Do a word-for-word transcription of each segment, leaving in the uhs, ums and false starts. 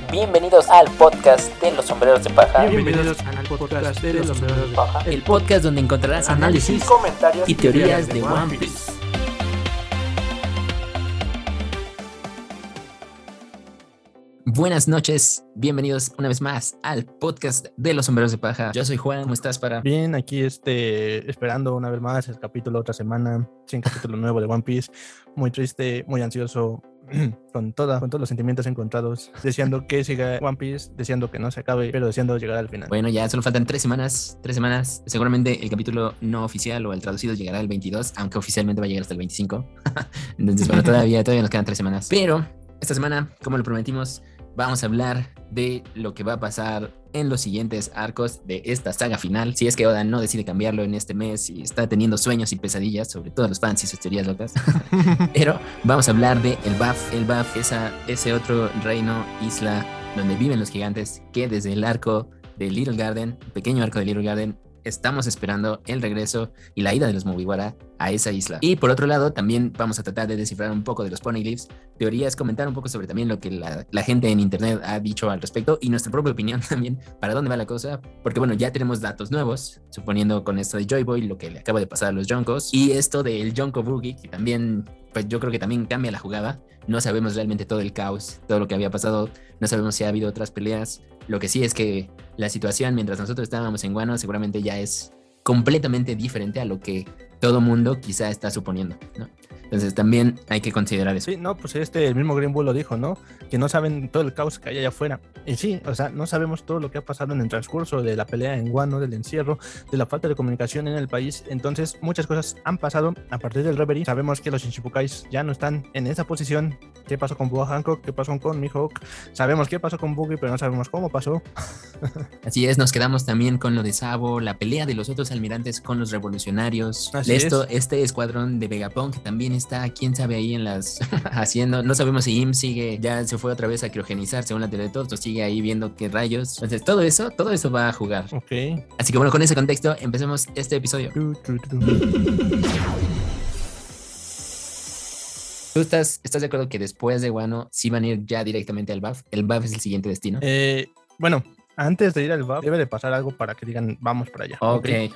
Bienvenidos al podcast de los sombreros de paja. Bienvenidos al podcast de los sombreros de paja. El podcast donde encontrarás análisis, comentarios y teorías de One Piece. Buenas noches, bienvenidos una vez más al podcast de los sombreros de paja. Yo soy Juan, ¿cómo estás, para? Bien, aquí este, esperando una vez más el capítulo otra semana, sin capítulo nuevo de One Piece. Muy triste, muy ansioso, con, toda, con todos los sentimientos encontrados, deseando que siga One Piece, deseando que no se acabe, pero deseando llegar al final. Bueno, ya solo faltan tres semanas, tres semanas. Seguramente el capítulo no oficial o el traducido llegará el veintidós, aunque oficialmente va a llegar hasta el veinticinco. Entonces, bueno, todavía, todavía nos quedan tres semanas. Pero esta semana, como lo prometimos, vamos a hablar de lo que va a pasar en los siguientes arcos de esta saga final. Si es que Oda no decide cambiarlo en este mes y está teniendo sueños y pesadillas sobre todos los fans y sus teorías locas. Pero vamos a hablar de el B A F. El B A F, esa, ese otro reino, isla donde viven los gigantes, que desde el arco de Little Garden, el pequeño arco de Little Garden, estamos esperando el regreso y la ida de los Mugiwara a esa isla. Y por otro lado, también vamos a tratar de descifrar un poco de los Poneglyphs, teorías, comentar un poco sobre también lo que la, la gente en internet ha dicho al respecto y nuestra propia opinión también, para dónde va la cosa, porque bueno, ya tenemos datos nuevos, suponiendo con esto de Joy Boy, lo que le acaba de pasar a los Yonkos, y esto del Yonko Boogie, que también, pues yo creo que también cambia la jugada. No sabemos realmente todo el caos, todo lo que había pasado, no sabemos si ha habido otras peleas. Lo que sí es que la situación mientras nosotros estábamos en Wano seguramente ya es completamente diferente a lo que todo mundo quizá está suponiendo, ¿no? Entonces también hay que considerar eso. Sí, no, pues este, el mismo Green Bull lo dijo, ¿no? Que no saben todo el caos que hay allá afuera. Y sí, o sea, no sabemos todo lo que ha pasado en el transcurso de la pelea en Wano, del encierro, de la falta de comunicación en el país. Entonces, muchas cosas han pasado a partir del Reverie. Sabemos que los Shichibukais ya no están en esa posición. ¿Qué pasó con Boa Hancock? ¿Qué pasó con Mihawk? Sabemos qué pasó con Boogie, pero no sabemos cómo pasó. Así es, nos quedamos también con lo de Sabo, la pelea de los otros almirantes con los revolucionarios. Así Esto, es. Este escuadrón de Vegapunk que también está, quién sabe, ahí en las haciendo, no sabemos si Im sigue, ya se fue otra vez a criogenizar según la teoría de todos, o sigue ahí viendo qué rayos. Entonces todo eso, todo eso va a jugar. Ok. Así que bueno, con ese contexto empecemos este episodio. Tu, tu, tu. ¿Tú estás, estás de acuerdo que después de Wano sí van a ir ya directamente al B A F? ¿El B A F es el siguiente destino? Eh, bueno, antes de ir al B A F debe de pasar algo para que digan vamos para allá. Ok. ¿Okay?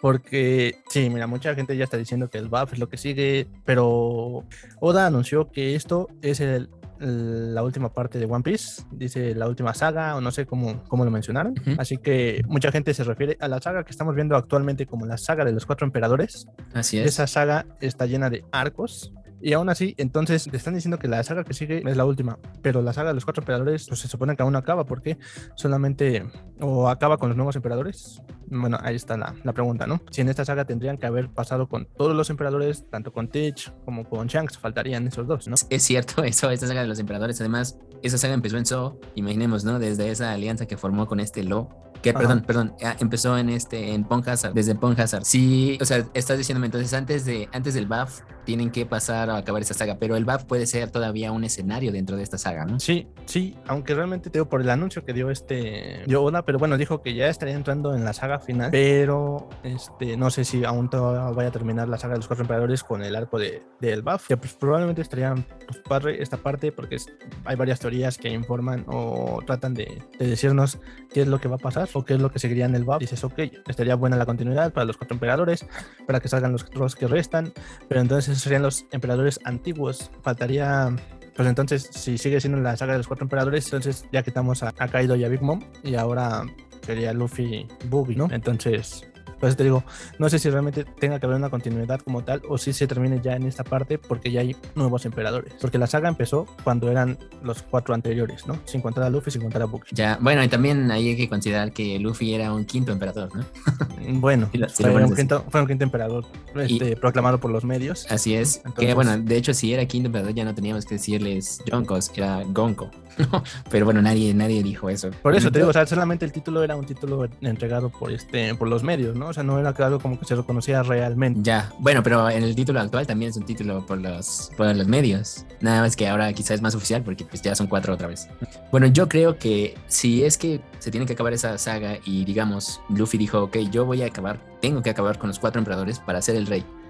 Porque sí, mira, mucha gente ya está diciendo que el B A F es lo que sigue, pero Oda anunció que esto es el, la última parte de One Piece, dice la última saga, o no sé cómo, cómo lo mencionaron. Uh-huh. Así que mucha gente se refiere a la saga que estamos viendo actualmente como la saga de los cuatro emperadores. Así es. Esa saga está llena de arcos. Y aún así, entonces te están diciendo que la saga que sigue es la última, pero la saga de los cuatro emperadores pues se supone que aún no acaba, porque solamente o acaba con los nuevos emperadores. Bueno, ahí está la, la pregunta, ¿no? Si en esta saga tendrían que haber pasado con todos los emperadores, tanto con Teach como con Shanks, faltarían esos dos, ¿no? Es cierto eso, esta saga de los emperadores, además, esa saga empezó en Zou, imaginemos, ¿no? Desde esa alianza que formó con este Law. Que, perdón, perdón, empezó en este en Pon Hazard, desde Pon Hazard. Sí, o sea, estás diciéndome entonces antes de antes del B A F tienen que pasar a acabar esta saga, pero el B A F puede ser todavía un escenario dentro de esta saga, ¿no? Sí, sí, aunque realmente te digo por el anuncio que dio este dio Oda, pero bueno, dijo que ya estaría entrando en la saga final, pero este no sé si aún vaya a terminar la saga de los cuatro emperadores con el arco de del B A F, que pues probablemente estaría pues, padre esta parte porque es, hay varias teorías que informan o tratan de, de decirnos qué es lo que va a pasar o qué es lo que seguiría en el B A F. Dices, ok, estaría buena la continuidad para los cuatro emperadores, para que salgan los otros que restan, pero entonces serían los emperadores antiguos. Faltaría, pues entonces, si sigue siendo la saga de los cuatro emperadores, entonces ya quitamos a, a Kaido y a Big Mom, y ahora sería Luffy, Boogie, ¿no? Entonces, pues te digo, no sé si realmente tenga que haber una continuidad como tal o si se termine ya en esta parte porque ya hay nuevos emperadores. Porque la saga empezó cuando eran los cuatro anteriores, ¿no? Sin contar a Luffy, sin contar a Boogie. Ya, bueno, y también ahí hay que considerar que Luffy era un quinto emperador, ¿no? Bueno, si lo, si fue, un quinto, fue un quinto emperador este, y, proclamado por los medios. Así es. Entonces, que bueno, de hecho, si era quinto emperador ya no teníamos que decirles Yonkos, era Gonko. Pero bueno, nadie, nadie dijo eso. Por eso te digo, o sea, solamente el título era un título entregado por este, por los medios, ¿no? O sea, no era algo como que se reconocía realmente. Ya, bueno, pero en el título actual también es un título por los, por los medios. Nada más que ahora quizás es más oficial porque pues ya son cuatro otra vez. Bueno, yo creo que si es que se tiene que acabar esa saga y digamos, Luffy dijo, ok, yo voy a acabar, tengo que acabar con los cuatro emperadores para ser el rey.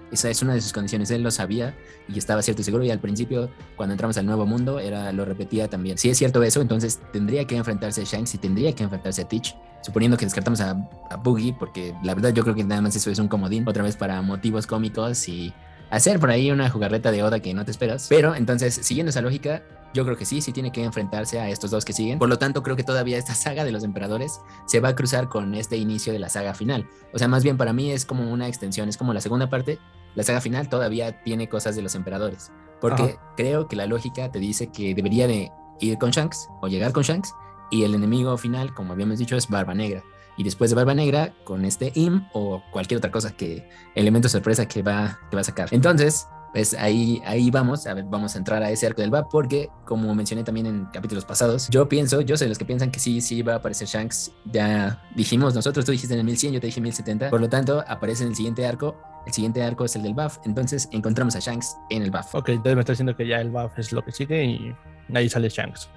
Esa es una de sus condiciones. Él lo sabía y estaba cierto y seguro. Y al principio, cuando entramos al nuevo mundo, era, lo repetía también. Si es cierto eso, entonces tendría que enfrentarse a Shanks y tendría que enfrentarse a Teach. Suponiendo que descartamos a, a Boogie, porque la verdad yo creo que nada más eso es un comodín. Otra vez para motivos cómicos y hacer por ahí una jugarreta de Oda que no te esperas. Pero entonces, siguiendo esa lógica, yo creo que sí, sí tiene que enfrentarse a estos dos que siguen. Por lo tanto, creo que todavía esta saga de los emperadores se va a cruzar con este inicio de la saga final. O sea, más bien para mí es como una extensión, es como la segunda parte. La saga final todavía tiene cosas de los emperadores. Porque Ajá. creo que la lógica te dice que debería de ir con Shanks o llegar con Shanks. Y el enemigo final, como habíamos dicho, es Barba Negra. Y después de Barba Negra, con este Im o cualquier otra cosa que, elemento sorpresa que va, que va a sacar. Entonces, pues ahí, ahí vamos, a ver, vamos a entrar a ese arco del V A P porque, como mencioné también en capítulos pasados, yo pienso, yo soy de los que piensan que sí, sí va a aparecer Shanks. Ya dijimos nosotros, tú dijiste en el mil cien, yo te dije mil setenta, por lo tanto, aparece en el siguiente arco. El siguiente arco es el del B A F, entonces encontramos a Shanks en el B A F. Ok, entonces me está diciendo que ya el B A F es lo que sigue y ahí sale Shanks.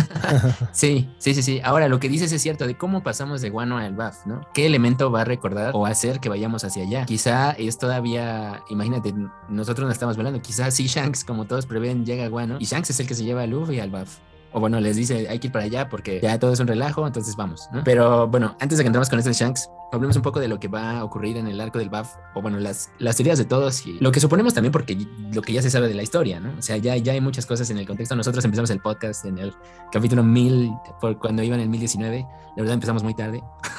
sí, sí, sí, sí. Ahora, lo que dices es cierto, de cómo pasamos de Wano al B A F, ¿no? ¿Qué elemento va a recordar o hacer que vayamos hacia allá? Quizá es todavía, imagínate, nosotros nos estamos volando, quizá sí Shanks, como todos prevén, llega a Wano y Shanks es el que se lleva a Luffy al B A F. O bueno, les dice, hay que ir para allá porque ya todo es un relajo, entonces vamos, ¿no? Pero bueno, antes de que entremos con este Shanks, hablemos un poco de lo que va a ocurrir en el arco del B A F, o bueno, las, las teorías de todos y lo que suponemos también porque lo que ya se sabe de la historia, ¿no? O sea, ya, ya hay muchas cosas en el contexto. Nosotros empezamos el podcast en el capítulo mil, por cuando iban en el mil diecinueve, la verdad empezamos muy tarde.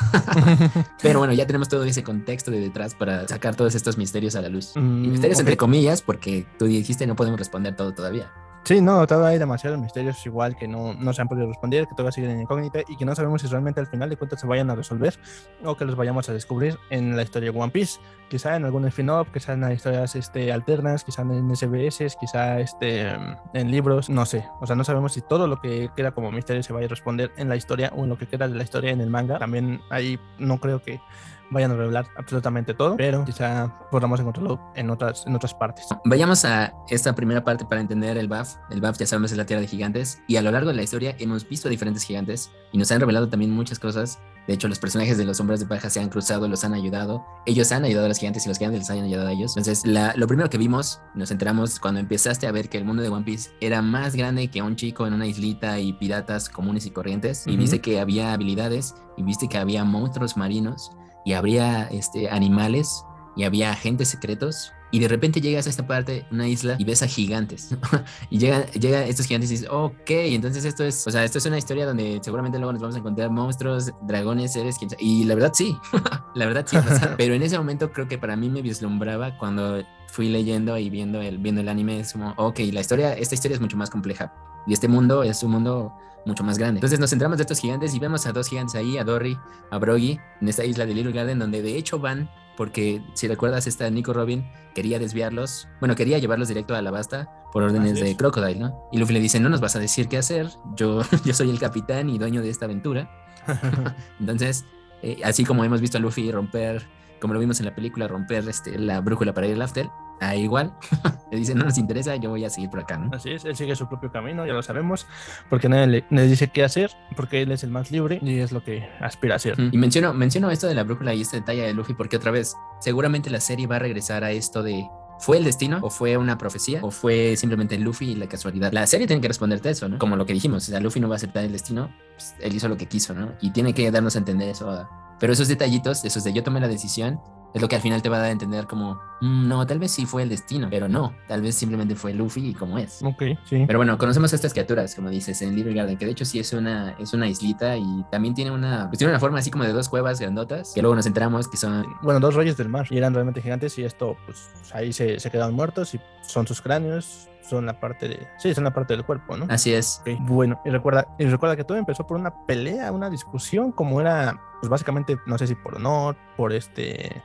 Pero bueno, ya tenemos todo ese contexto de detrás para sacar todos estos misterios a la luz. Mm, y misterios okay. entre comillas, porque tú dijiste no podemos responder todo todavía. Sí, no, todavía hay demasiados misterios igual que no, no se han podido responder, que todavía siguen en incógnita y que no sabemos si realmente al final de cuentas se vayan a resolver o que los vayamos a descubrir en la historia de One Piece. Quizá en algún spin-off, quizá en historias este, alternas, quizá en S B S, quizá este, en libros, no sé. O sea, no sabemos si todo lo que queda como misterio se vaya a responder en la historia o en lo que queda de la historia en el manga. También ahí no creo que vayan a revelar absolutamente todo, pero quizá podamos encontrarlo en otras, en otras partes. Vayamos a esta primera parte para entender el B A F. El B A F ya sabemos es la tierra de gigantes y a lo largo de la historia hemos visto a diferentes gigantes y nos han revelado también muchas cosas. De hecho, los personajes de los hombres de paja se han cruzado, los han ayudado. Ellos han ayudado a los gigantes y los gigantes les han ayudado a ellos. Entonces, la, lo primero que vimos, nos enteramos cuando empezaste a ver que el mundo de One Piece era más grande que un chico en una islita y piratas comunes y corrientes. Uh-huh. Y viste que había habilidades y viste que había monstruos marinos y habría este, animales y había agentes secretos. Y de repente llegas a esta parte, una isla, y ves a gigantes. y llegan llega estos gigantes y dices, ok, entonces esto es, o sea, esto es una historia donde seguramente luego nos vamos a encontrar monstruos, dragones, seres, quién sabe. Y la verdad sí, la verdad sí pasa. Pero en ese momento creo que para mí me vislumbraba cuando fui leyendo y viendo el, viendo el anime, es como, ok, la historia, esta historia es mucho más compleja. Y este mundo es un mundo mucho más grande. Entonces nos centramos de estos gigantes y vemos a dos gigantes ahí, a Dory, a Brogy, en esta isla de Little Garden, donde de hecho van, porque si recuerdas, esta Nico Robin quería desviarlos, bueno, quería llevarlos directo a Alabasta por órdenes de Crocodile, ¿no? Y Luffy le dice, no nos vas a decir qué hacer, yo, yo soy el capitán y dueño de esta aventura. Entonces, eh, así como hemos visto a Luffy romper, como lo vimos en la película, romper este, la brújula para ir al Aftel, ah, igual, le dice, no nos interesa, yo voy a seguir por acá, ¿no? Así es, él sigue su propio camino, ya lo sabemos, porque nadie le, le dice qué hacer, porque él es el más libre y es lo que aspira a hacer. Y menciono, menciono esto de la brújula y este detalle de Luffy porque otra vez, seguramente la serie va a regresar a esto de ¿fue el destino? ¿O fue una profecía? ¿O fue simplemente Luffy y la casualidad? La serie tiene que responderte eso, ¿no? Como lo que dijimos, o sea, Luffy no va a aceptar el destino, pues, él hizo lo que quiso, ¿no? Y tiene que darnos a entender eso. Pero esos detallitos, esos de yo tomé la decisión, es lo que al final te va a dar a entender como, mmm, no, tal vez sí fue el destino, pero no, tal vez simplemente fue Luffy y como es. Ok, sí. Pero bueno, conocemos a estas criaturas, como dices, en Little Garden, que de hecho sí es una, es una islita y también tiene una, pues tiene una forma así como de dos cuevas grandotas, que luego nos enteramos que son... Bueno, dos rollos del mar, y eran realmente gigantes y esto, pues ahí se, se quedaron muertos y son sus cráneos. Son la parte de... Sí, son la parte del cuerpo, ¿no? Así es. Okay. Bueno, y recuerda, y recuerda que todo empezó por una pelea, una discusión, como era, pues básicamente, no sé si por honor, por este...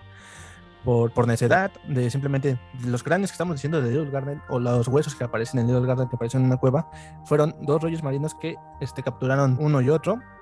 Por, por necedad, de simplemente los cráneos que estamos diciendo de Little Garden o los huesos que aparecen en Little Garden que aparecen en una cueva, fueron dos rollos marinos que este, capturaron uno y otro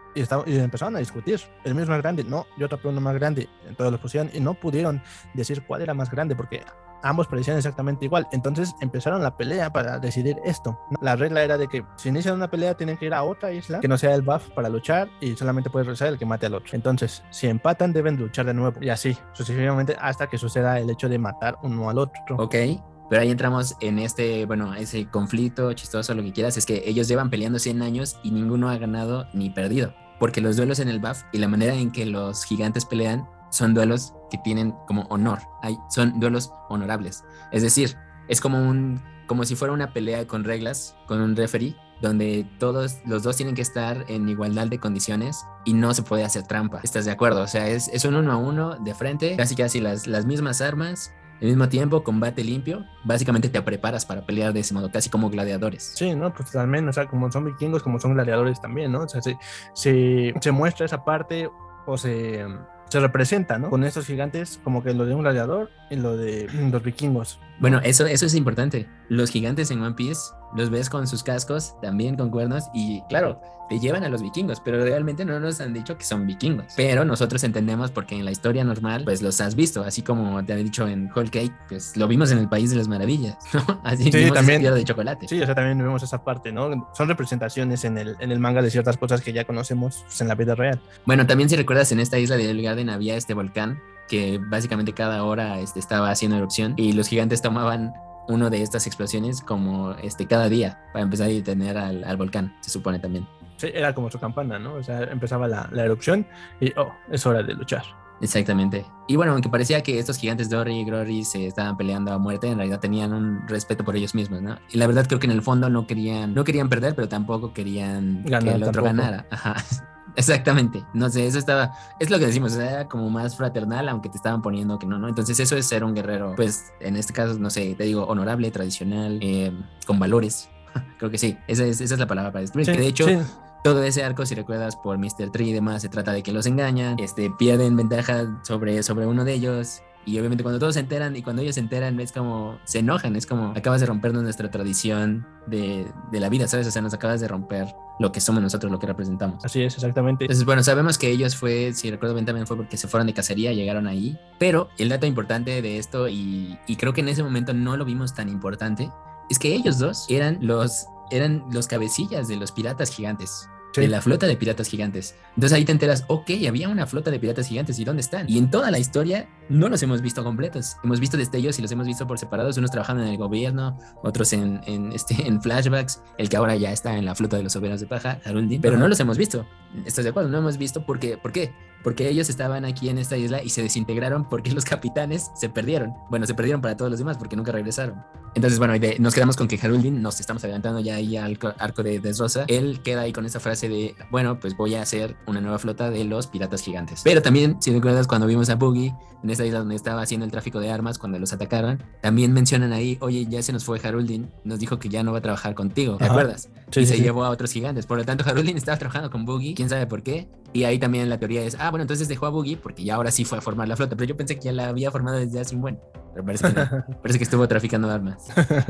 y, estaba, y empezaron a discutir. El mío es más grande, no, yo atrapé uno más grande. Entonces los pusieron y no pudieron decir cuál era más grande porque ambos parecían exactamente igual. Entonces empezaron la pelea para decidir esto. La regla era de que si inician una pelea tienen que ir a otra isla que no sea el buff para luchar y solamente puede regresar el que mate al otro. Entonces, si empatan deben luchar de nuevo y así sucesivamente hasta que suceda el hecho de matar uno al otro. Ok. Pero ahí entramos en este, bueno, ese conflicto chistoso, lo que quieras, es que ellos llevan peleando cien años y ninguno ha ganado ni perdido. Porque los duelos en el buff y la manera en que los gigantes pelean son duelos que tienen como honor. Hay, son duelos honorables. Es decir, es como un como si fuera una pelea con reglas, con un referee, donde todos los dos tienen que estar en igualdad de condiciones y no se puede hacer trampa. ¿Estás de acuerdo? O sea, es, es un uno a uno de frente, casi casi las, las mismas armas, al mismo tiempo, combate limpio. Básicamente te preparas para pelear de ese modo, casi como gladiadores. Sí, ¿no? Pues también, o sea, como son vikingos, como son gladiadores también, ¿no? O sea, se, se, se muestra esa parte o se, se representa, ¿no? Con estos gigantes, como que lo de un gladiador y lo de los vikingos. Bueno, eso, eso es importante. Los gigantes en One Piece los ves con sus cascos, también con cuernos, y claro, te llevan a los vikingos, pero realmente no nos han dicho que son vikingos. Pero nosotros entendemos porque en la historia normal, pues los has visto, así como te han dicho en Whole Cake, pues lo vimos en el País de las Maravillas, ¿no? Así sí, vimos también, ese piedra de chocolate. Sí, o sea, también vemos esa parte, ¿no? Son representaciones en el, en el manga de ciertas cosas que ya conocemos pues, en la vida real. Bueno, también si recuerdas, en esta isla de El Garden había este volcán que básicamente cada hora este, estaba haciendo erupción y los gigantes tomaban uno de estas explosiones como este, cada día para empezar a detener al, al volcán, se supone también. Sí, era como su campana, ¿no? O sea, empezaba la, la erupción y, oh, es hora de luchar. Exactamente. Y bueno, aunque parecía que estos gigantes Dory y Glory se estaban peleando a muerte, en realidad tenían un respeto por ellos mismos, ¿no? Y la verdad creo que en el fondo no querían, no querían perder, pero tampoco querían Ganar, que el otro tampoco. ganara. Ajá. Exactamente, no sé, eso estaba, es lo que decimos, era como más fraternal, aunque te estaban poniendo que no, ¿no? Entonces eso es ser un guerrero, pues en este caso, no sé, te digo, honorable, tradicional, eh, con valores, creo que sí, esa es, esa es la palabra para describir, sí, que de hecho... Sí. Todo ese arco, si recuerdas, por mister Tree y demás, se trata de que los engañan, este, pierden ventaja sobre, sobre uno de ellos. Y obviamente cuando todos se enteran y cuando ellos se enteran es como, se enojan, es como acabas de rompernos nuestra tradición de, de la vida, ¿sabes? O sea, nos acabas de romper lo que somos nosotros, lo que representamos. Así es, exactamente. Entonces, bueno, sabemos que ellos fue, si recuerdo bien también fue porque se fueron de cacería, llegaron ahí. Pero el dato importante de esto, y, y creo que en ese momento no lo vimos tan importante, es que ellos dos eran los, eran los cabecillas de los piratas gigantes. Sí. De la flota de piratas gigantes. Entonces ahí te enteras, ok, había una flota de piratas gigantes, ¿y dónde están? Y en toda la historia no los hemos visto completos. Hemos visto destellos y los hemos visto por separados, unos trabajando en el gobierno, otros en, en, este, en flashbacks, el que ahora ya está en la flota de los soberanos de paja, Haruldin, pero no los hemos visto. ¿Estás de acuerdo? No hemos visto porque, ¿por qué? Porque ellos estaban aquí en esta isla y se desintegraron porque los capitanes se perdieron. Bueno, se perdieron para todos los demás porque nunca regresaron. Entonces, bueno, de, nos quedamos con que Haruldin, nos estamos adelantando ya ahí al arco de Dressrosa, él queda ahí con esa frase de, bueno, pues voy a hacer una nueva flota de los piratas gigantes. Pero también, si recuerdas, cuando vimos a Buggy en esta isla donde estaba haciendo el tráfico de armas, cuando los atacaron, también mencionan ahí, oye, ya se nos fue Haruldin, nos dijo que ya no va a trabajar contigo, ¿te Ajá. acuerdas? Sí, y sí, se sí. llevó a otros gigantes. Por lo tanto, Haruldin estaba trabajando con Buggy, quién sabe por qué. Y ahí también la teoría es, ah, bueno, entonces dejó a Buggy porque ya ahora sí fue a formar la flota, pero yo pensé que ya la había formado desde hace un buen. Pero parece que no. Parece que estuvo traficando armas.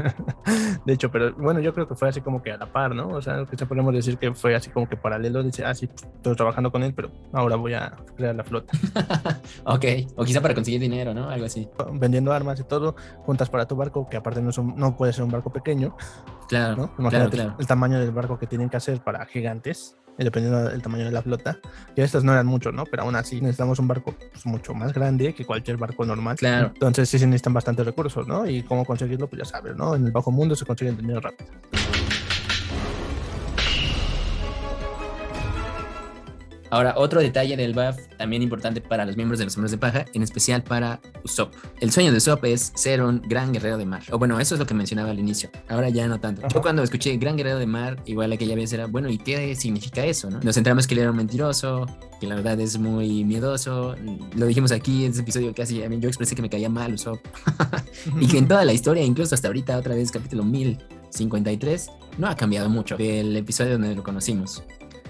De hecho, pero bueno, yo creo que fue así como que a la par, ¿no? O sea, que podemos decir que fue así como que paralelo. Dice, ah, sí, estoy trabajando con él, pero ahora voy a crear la flota. Ok, o quizá para conseguir dinero, ¿no? Algo así. Vendiendo armas y todo, juntas para tu barco, que aparte no, es un, no puede ser un barco pequeño. Claro, ¿no? Imagínate claro, claro. El tamaño del barco que tienen que hacer para gigantes, dependiendo del tamaño de la flota, que estas no eran mucho, ¿no? Pero aún así necesitamos un barco pues, mucho más grande que cualquier barco normal. Claro. Entonces sí se necesitan bastantes recursos, ¿no? Y cómo conseguirlo, pues ya sabes, ¿no? En el bajo mundo se consigue el dinero rápido. Ahora, otro detalle del buff también importante para los miembros de los Hombres de Paja, en especial para Usopp. El sueño de Usopp es ser un gran guerrero de mar. O bueno, eso es lo que mencionaba al inicio. Ahora ya no tanto. Ajá. Yo cuando escuché gran guerrero de mar, igual aquella vez era, bueno, ¿y qué significa eso, no? Nos enteramos que él era un mentiroso, que la verdad es muy miedoso. Lo dijimos aquí en ese episodio casi, a mí yo expresé que me caía mal Usopp. Y que en toda la historia, incluso hasta ahorita, otra vez, capítulo mil cincuenta y tres, no ha cambiado mucho del episodio donde lo conocimos.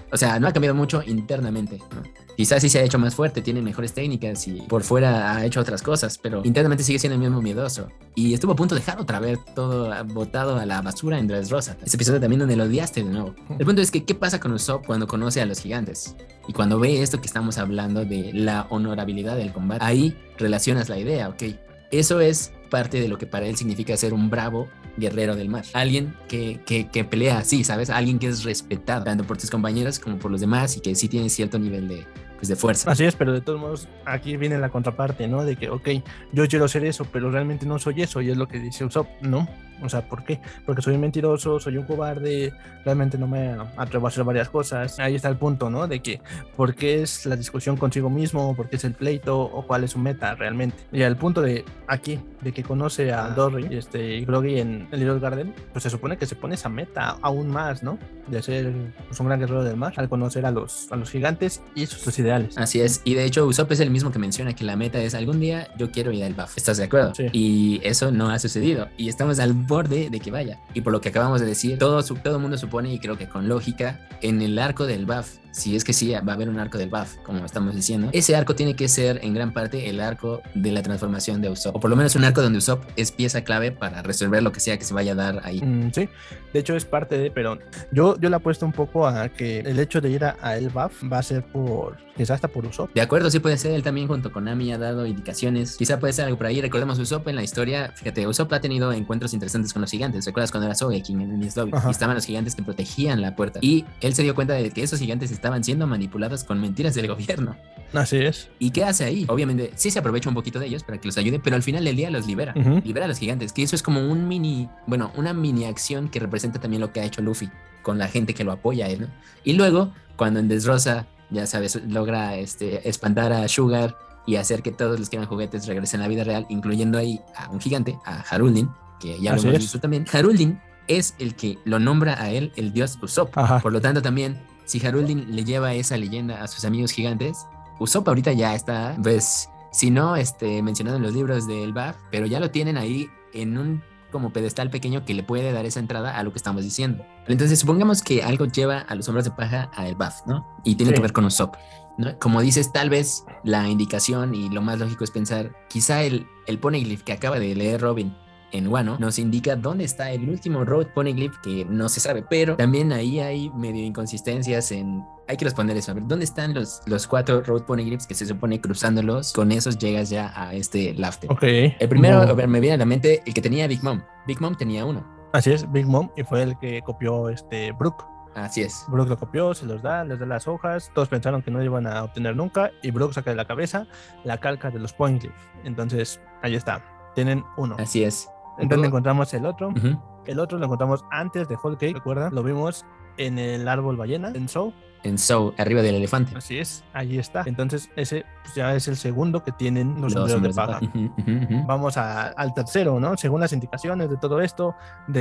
O sea, no ha cambiado mucho internamente, ¿no? Quizás sí se ha hecho más fuerte, tiene mejores técnicas y por fuera ha hecho otras cosas, pero internamente sigue siendo el mismo miedoso. Y estuvo a punto de dejar otra vez todo botado a la basura en Dressrosa. Ese episodio también donde lo odiaste de nuevo. El punto es que, ¿qué pasa con Usopp cuando conoce a los gigantes? Y cuando ve esto que estamos hablando de la honorabilidad del combate, ahí relacionas la idea, ¿ok? Eso es parte de lo que para él significa ser un bravo guerrero del mar. Alguien que, que, que pelea así, ¿sabes? Alguien que es respetado, tanto por tus compañeros como por los demás y que sí tiene cierto nivel de, pues, de fuerza. Así es, pero de todos modos aquí viene la contraparte, ¿no? De que, ok, yo quiero ser eso, pero realmente no soy eso, y es lo que dice Usopp, ¿no? O sea, ¿por qué? Porque soy un mentiroso, soy un cobarde, realmente no me atrevo a hacer varias cosas. Ahí está el punto, ¿no? De que, ¿por qué es la discusión consigo mismo? ¿Por qué es el pleito? ¿O cuál es su meta realmente? Y al punto de aquí, de que conoce a Dory y, este, y Groggy en el Little Garden, pues se supone que se pone esa meta aún más, ¿no? De ser, pues, un gran guerrero del mar, al conocer a los, a los gigantes y sus, sus ideales. Así es, y de hecho Usopp es el mismo que menciona que la meta es algún día yo quiero ir al buff. ¿Estás de acuerdo? Sí. Y eso no ha sucedido y estamos al borde de que vaya. Y por lo que acabamos de decir, todo todo el mundo supone, y creo que con lógica, en el arco del buff, si es que sí va a haber un arco del buff, como estamos diciendo, ese arco tiene que ser en gran parte el arco de la transformación de Usopp, o por lo menos un arco donde Usopp es pieza clave para resolver lo que sea que se vaya a dar ahí. Mm, sí, de hecho es parte de, pero yo, yo le apuesto un poco a que el hecho de ir a, a el buff va a ser por, quizás hasta por Usopp. De acuerdo, sí puede ser, él también junto con Nami ha dado indicaciones, quizá puede ser algo por ahí. Recordemos Usopp en la historia, fíjate, Usopp ha tenido encuentros interesantes con los gigantes. ¿Recuerdas cuando era Sogeking en Enies Lobby? Y estaban los gigantes que protegían la puerta, y él se dio cuenta de que esos gigantes estaban siendo manipulados con mentiras del gobierno. Así es. ¿Y qué hace ahí? Obviamente sí se aprovecha un poquito de ellos para que los ayude, pero al final del día los libera. Uh-huh. Libera a los gigantes, que eso es como un mini, bueno, una mini acción que representa también lo que ha hecho Luffy con la gente que lo apoya a él, ¿no? Y luego, cuando en Dressrosa, ya sabes, logra este, espantar a Sugar y hacer que todos los que eran juguetes regresen a la vida real, incluyendo ahí a un gigante, a Haruldin, que ya Así lo hemos visto también. Haruldin es el que lo nombra a él el dios Usopp. Ajá. Por lo tanto, también, si Haruldin le lleva esa leyenda a sus amigos gigantes, Usopp ahorita ya está, pues, si no este, mencionado en los libros del buff, pero ya lo tienen ahí en un como pedestal pequeño que le puede dar esa entrada a lo que estamos diciendo. Entonces, supongamos que algo lleva a los hombres de paja al buff, ¿no? Y tiene sí. que ver con Usopp, ¿no? Como dices, tal vez la indicación y lo más lógico es pensar, quizá el, el poneglyph que acaba de leer Robin en Wano nos indica dónde está el último Road Poneglyph, que no se sabe, pero también ahí hay medio inconsistencias en... Hay que responder eso, a ver, ¿dónde están los, los cuatro Road Poneglyphs que se supone cruzándolos? Con esos llegas ya a este Laftel. Ok. El primero, no. a ver, me viene a la mente el que tenía Big Mom. Big Mom tenía uno. Así es, Big Mom, y fue el que copió este Brook. Así es. Brook lo copió, se los da, les da las hojas, todos pensaron que no iban a obtener nunca, y Brook saca de la cabeza la calca de los Poneglyph. Entonces, ahí está, tienen uno. Así es. Entonces encontramos el otro. Uh-huh. El otro lo encontramos antes de Whole Cake, ¿recuerdan? Lo vimos en el árbol ballena, en Zou. En Zou, arriba del elefante. Así es, ahí está. Entonces ese pues, ya es el segundo que tienen los, los sombreros de paja. Uh-huh, uh-huh, uh-huh. Vamos a, al tercero, ¿no? Según las indicaciones de todo esto,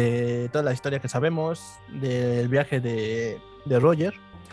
de toda la historia que sabemos, del viaje de, de Roger,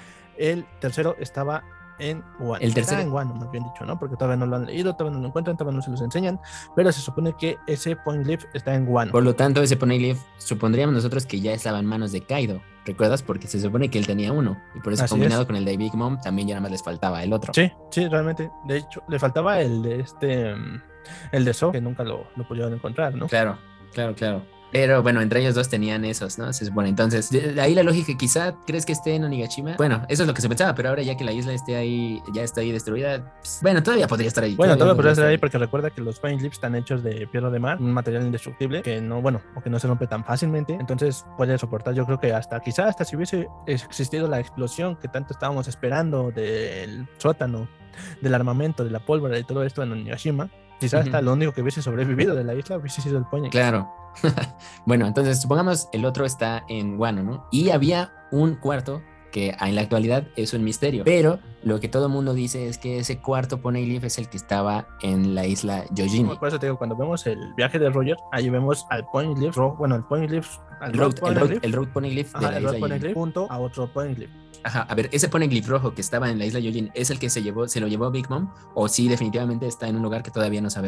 el tercero estaba en Wano. El tercero en Wano, más bien dicho, ¿no? Porque todavía no lo han leído, todavía no lo encuentran, todavía no se los enseñan, pero se supone que ese Poneglyph está en Wano. Por lo tanto, ese Poneglyph supondríamos nosotros que ya estaba en manos de Kaido, ¿recuerdas? Porque se supone que él tenía uno, y por eso Así combinado es. con el de Big Mom, también ya nada más les faltaba el otro. Sí, sí, realmente. De hecho, le faltaba el de este, el de Zou, que nunca lo, lo pudieron encontrar, ¿no? Claro, claro, claro. Pero bueno, entre ellos dos tenían esos, ¿no? Se supone. Entonces, de ahí la lógica, quizá crees que esté en Onigashima. Bueno, eso es lo que se pensaba, pero ahora ya que la isla esté ahí, ya está ahí destruida, pues, bueno, todavía podría estar ahí. Bueno, todavía, todavía podría estar ahí porque recuerda que los Poneglyphs están hechos de piedra de mar, un material indestructible que no, bueno, o que no se rompe tan fácilmente. Entonces puede soportar, yo creo que hasta, quizá hasta si hubiese existido la explosión que tanto estábamos esperando del sótano, del armamento, de la pólvora y todo esto en Onigashima, quizás uh-huh. hasta lo único que hubiese sobrevivido de la isla hubiese sido el Poneglyph. Claro. Bueno, entonces supongamos el otro está en Wano, ¿no? Y había un cuarto que en la actualidad es un misterio, pero lo que todo el mundo dice es que ese cuarto Poneglyph es el que estaba en la isla Yojimbe. Por eso te digo, cuando vemos el viaje de Roger, ahí vemos al Poneglyph, bueno, el Poneglyph, al el Road, el road, el road Poneglyph de Ajá, la el isla Poneglyph junto a otro Poneglyph. Ajá, a ver, ese Poneglyph rojo que estaba en la isla Yojin, ¿es el que se llevó, se lo llevó Big Mom? ¿O sí definitivamente está en un lugar que todavía no sabemos?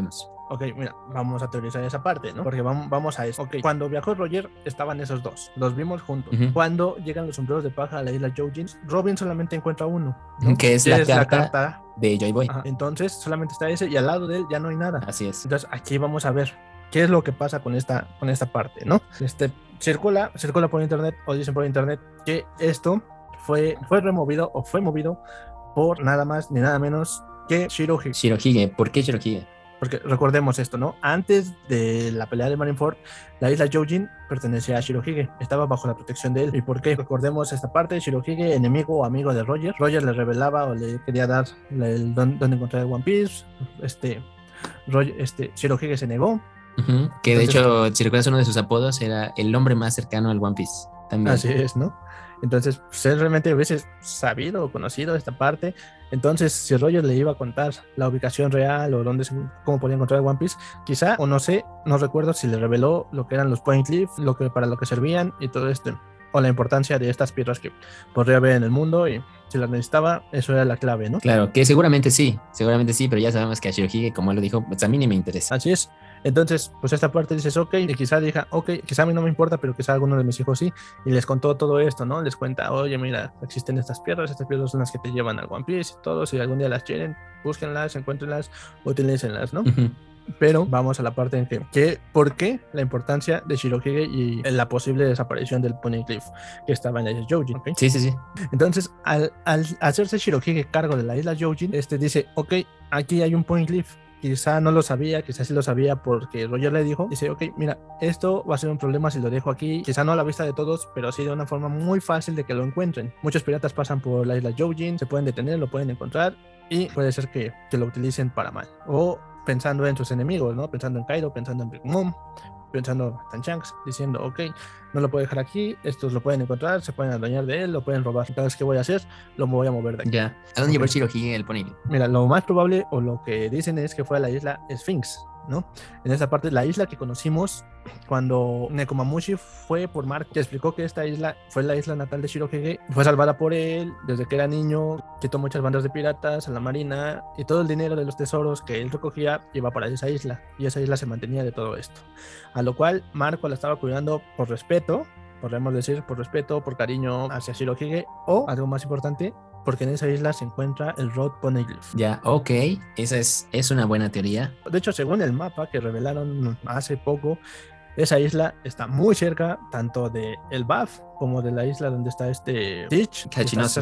Ok, mira, vamos a teorizar esa parte, ¿no? Porque vamos, vamos a eso. Ok, cuando viajó Roger, estaban esos dos. Los vimos juntos. Uh-huh. Cuando llegan los sombreros de paja a la isla Joujin, Robin solamente encuentra uno, ¿no? Que es, la, es carta la carta de Joy Boy. Ajá. Entonces, solamente está ese y al lado de él ya no hay nada. Así es. Entonces, aquí vamos a ver qué es lo que pasa con esta, con esta parte, ¿no? Este, circula, circula por internet, o dicen por internet, que esto fue, fue removido o fue movido por nada más ni nada menos que Shirohige. Shirohige, ¿por qué Shirohige? Porque recordemos esto, ¿no? Antes de la pelea de Marineford, la isla Joujin pertenecía a Shirohige, estaba bajo la protección de él. ¿Y por qué? Recordemos esta parte: Shirohige, enemigo o amigo de Roger. Roger le revelaba o le quería dar el don, donde encontrar el One Piece. Este, Roger, este, Shirohige se negó. Uh-huh. Que Entonces, de hecho, si recuerdas, uno de sus apodos era el hombre más cercano al One Piece. También. Así es, ¿no? Entonces, pues él realmente hubiese sabido o conocido esta parte. Entonces, si Roger le iba a contar la ubicación real o dónde se, cómo podía encontrar el One Piece, quizá, o no sé, no recuerdo si le reveló lo que eran los Point Cliff, lo que, para lo que servían y todo esto, o la importancia de estas piedras que podría haber en el mundo, y si las necesitaba, eso era la clave, ¿no? Claro, que seguramente sí, seguramente sí, pero ya sabemos que a Shirohige, como él lo dijo, pues a mí ni me interesa. Así es. Entonces, pues esta parte dices, ok, y quizá diga, ok, quizá a mí no me importa, pero quizá a alguno de mis hijos sí, y les contó todo esto, ¿no? Les cuenta, oye, mira, existen estas piedras, estas piedras son las que te llevan al One Piece y todo, si algún día las quieren, búsquenlas, encuéntrenlas, utilícenlas, ¿no? Uh-huh. Pero vamos a la parte en que, que, ¿por qué la importancia de Shirohige y la posible desaparición del Poneglyph que estaba en la isla Joujin? ¿Okay? Sí, sí, sí. Entonces, al, al hacerse Shirohige cargo de la isla Joujin, este dice, ok, aquí hay un Poneglyph. Quizá no lo sabía, quizá sí lo sabía porque Roger le dijo, dice, ok, mira, esto va a ser un problema si lo dejo aquí, quizá no a la vista de todos, pero sí de una forma muy fácil de que lo encuentren. Muchos piratas pasan por la isla Joujin, se pueden detener, lo pueden encontrar y puede ser que, que lo utilicen para mal. O pensando en sus enemigos, ¿no? Pensando en Kaido, pensando en Big Mom, pensando en Shanks, diciendo, ok, no lo puedo dejar aquí, estos lo pueden encontrar, se pueden adueñar de él, lo pueden robar. Entonces, ¿qué voy a hacer? Lo voy a mover de aquí. Ya. ¿A dónde llevó el Shirohige el Poneglyph? Mira, lo más probable, o lo que dicen, es que fue a la isla Sphinx, ¿no? En esa parte, la isla que conocimos cuando Nekomamushi fue por mar, que explicó que esta isla fue la isla natal de Shirohige, fue salvada por él desde que era niño, quitó muchas bandas de piratas a la marina y todo el dinero de los tesoros que él recogía iba para esa isla, y esa isla se mantenía de todo esto, a lo cual Marco la estaba cuidando por respeto, podemos decir por respeto, por cariño hacia Shirohige, o algo más importante, porque en esa isla se encuentra el Road Poneglyph. Ya, ok, esa es, es una buena teoría. De hecho, según el mapa que revelaron hace poco, esa isla está muy cerca tanto de el B A F como de la isla donde está este Teach. Hachinosu.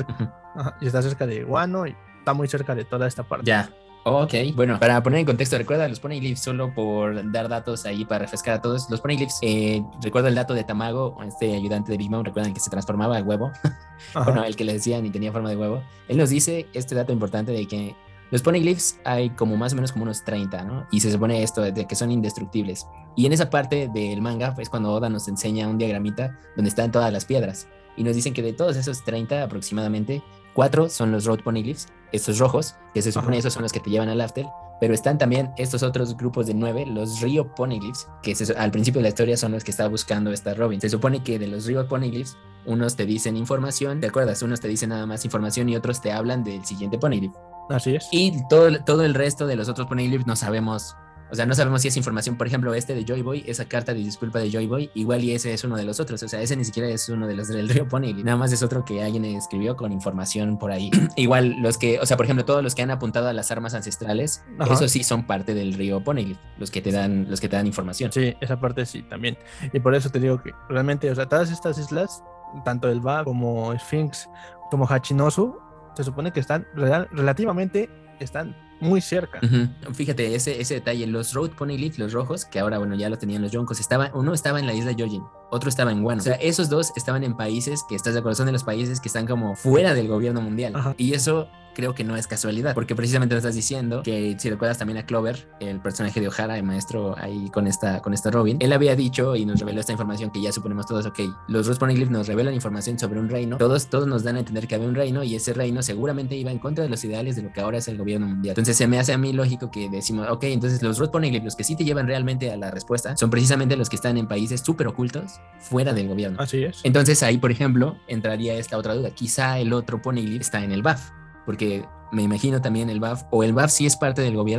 Y está cerca de Wano y está muy cerca de toda esta parte. Ya. Ok, bueno, para poner en contexto, recuerda los Poneglyphs, solo por dar datos ahí para refrescar a todos. Los Poneglyphs, eh, recuerdo el dato de Tamago, este ayudante de Big Mom, recuerdan que se transformaba al huevo. Bueno, el que le decían y tenía forma de huevo. Él nos dice este dato importante de que los Poneglyphs hay como más o menos como unos treinta, ¿no? Y se supone esto de que son indestructibles. Y en esa parte del manga es cuando Oda nos enseña un diagramita donde están todas las piedras. Y nos dicen que de todos esos treinta aproximadamente, cuatro son los Road Poneglyphs, estos rojos, que se supone Ajá. esos son los que te llevan al Aftel. Pero están también estos otros grupos de nueve, los Rio Poneglyphs, que se, al principio de la historia son los que está buscando esta Robin. Se supone que de los Rio Poneglyphs, unos te dicen información, ¿te acuerdas? Unos te dicen nada más información y otros te hablan del siguiente Poneglyph. Así es. Y todo, todo el resto de los otros Poneglyphs no sabemos. O sea, no sabemos si es información, por ejemplo, este de Joy Boy, esa carta de disculpa de Joy Boy, igual y ese es uno de los otros, o sea, ese ni siquiera es uno de los del Río Poneglyph, nada más es otro que alguien escribió con información por ahí. Igual los que, o sea, por ejemplo, todos los que han apuntado a las armas ancestrales, Ajá. esos sí son parte del Río Poneglyph, los que te dan, los que te dan información. Sí, esa parte sí, también. Y por eso te digo que realmente, o sea, todas estas islas, tanto el B A como Sphinx, como Hachinosu, se supone que están real, relativamente, están muy cerca. Uh-huh. Fíjate, ese, ese detalle, los Road Poneglyph, los rojos, que ahora, bueno, ya los tenían los Yonkos, estaba, uno estaba en la isla Joujin, otro estaba en Wano. O sea, esos dos estaban en países que, estás de acuerdo, son de los países que están como fuera del gobierno mundial. Ajá. Y eso creo que no es casualidad, porque precisamente lo estás diciendo, que si recuerdas también a Clover, el personaje de Ohara, el maestro ahí con esta, con esta Robin, él había dicho y nos reveló esta información que ya suponemos todos, ok, los Road Poneglyph nos revelan información sobre un reino, todos, todos nos dan a entender que había un reino y ese reino seguramente iba en contra de los ideales de lo que ahora es el gobierno mundial. Entonces se me hace a mí lógico que decimos, ok, entonces los Road Poneglyph, los que sí te llevan realmente a la respuesta, son precisamente los que están en países súper ocultos, fuera del gobierno. Así es. Entonces ahí, por ejemplo, entraría esta otra duda, quizá el otro Poneglyph está en el B A F, porque me imagino también el B A F, o el B A F sí es parte del gobierno,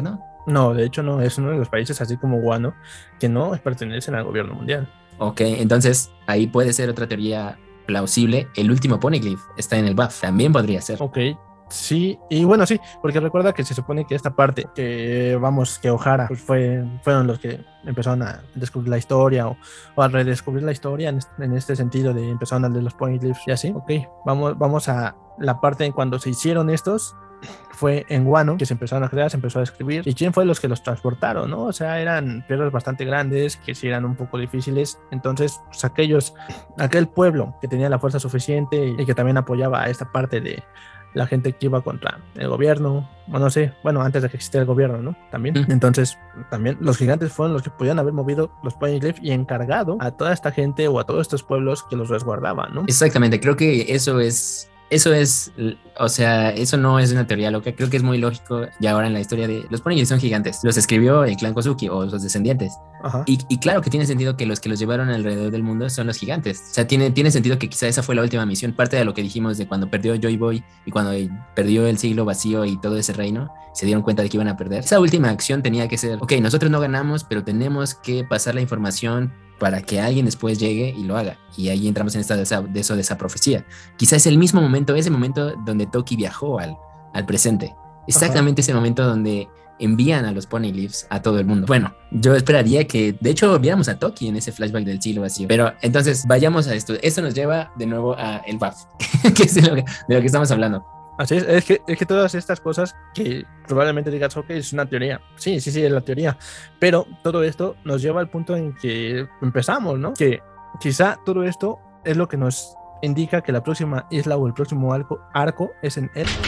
No, de hecho no, es uno de los países así como Guano que no pertenecen al gobierno mundial. Ok, entonces ahí puede ser otra teoría plausible. El último Poneglyph está en el B A F, también podría ser. Ok, sí, y bueno, sí, porque recuerda que se supone que esta parte, que vamos, que O'Hara pues fue, fueron los que empezaron a descubrir la historia o, o a redescubrir la historia en este, en este sentido de empezaron a leer los Poneglyphs y así. Ok, vamos, vamos a la parte en cuando se hicieron estos. Fue en Guano que se empezaron a crear, se empezó a escribir. ¿Y quién fue los que los transportaron? ¿No? O sea, eran piedras bastante grandes que sí eran un poco difíciles. Entonces, pues aquellos, aquel pueblo que tenía la fuerza suficiente y que también apoyaba a esta parte de la gente que iba contra el gobierno, o no sé, bueno, antes de que existiera el gobierno, ¿no? También. Mm. Entonces, también los gigantes fueron los que podían haber movido los Poneglyphs y encargado a toda esta gente o a todos estos pueblos que los resguardaban, ¿no? Exactamente, creo que eso es, eso es, o sea, eso no es una teoría loca, creo que es muy lógico ya ahora en la historia de los Poneglyphs son gigantes, los escribió el clan Kozuki o los descendientes. Y, y claro que tiene sentido que los que los llevaron alrededor del mundo son los gigantes. O sea, tiene, tiene sentido que quizá esa fue la última misión. Parte de lo que dijimos de cuando perdió Joy Boy y cuando perdió el siglo vacío y todo ese reino, se dieron cuenta de que iban a perder. Esa última acción tenía que ser, ok, nosotros no ganamos, pero tenemos que pasar la información para que alguien después llegue y lo haga. Y ahí entramos en esta de, esa, de eso, de esa profecía. Quizá es el mismo momento, ese momento donde Toki viajó al, al presente. Exactamente. Ajá. Ese momento donde envían a los Poneglyphs a todo el mundo. Bueno, yo esperaría que, de hecho, viéramos a Toki en ese flashback del siglo vacío. Pero entonces, vayamos a esto. Esto nos lleva de nuevo a el B A F, que es de lo que, de lo que estamos hablando. Así es, es que, es que todas estas cosas que probablemente digas, ok, es una teoría. Sí, sí, sí, es la teoría. Pero todo esto nos lleva al punto en que empezamos, ¿no? Que quizá todo esto es lo que nos indica que la próxima isla o el próximo arco, arco es en él.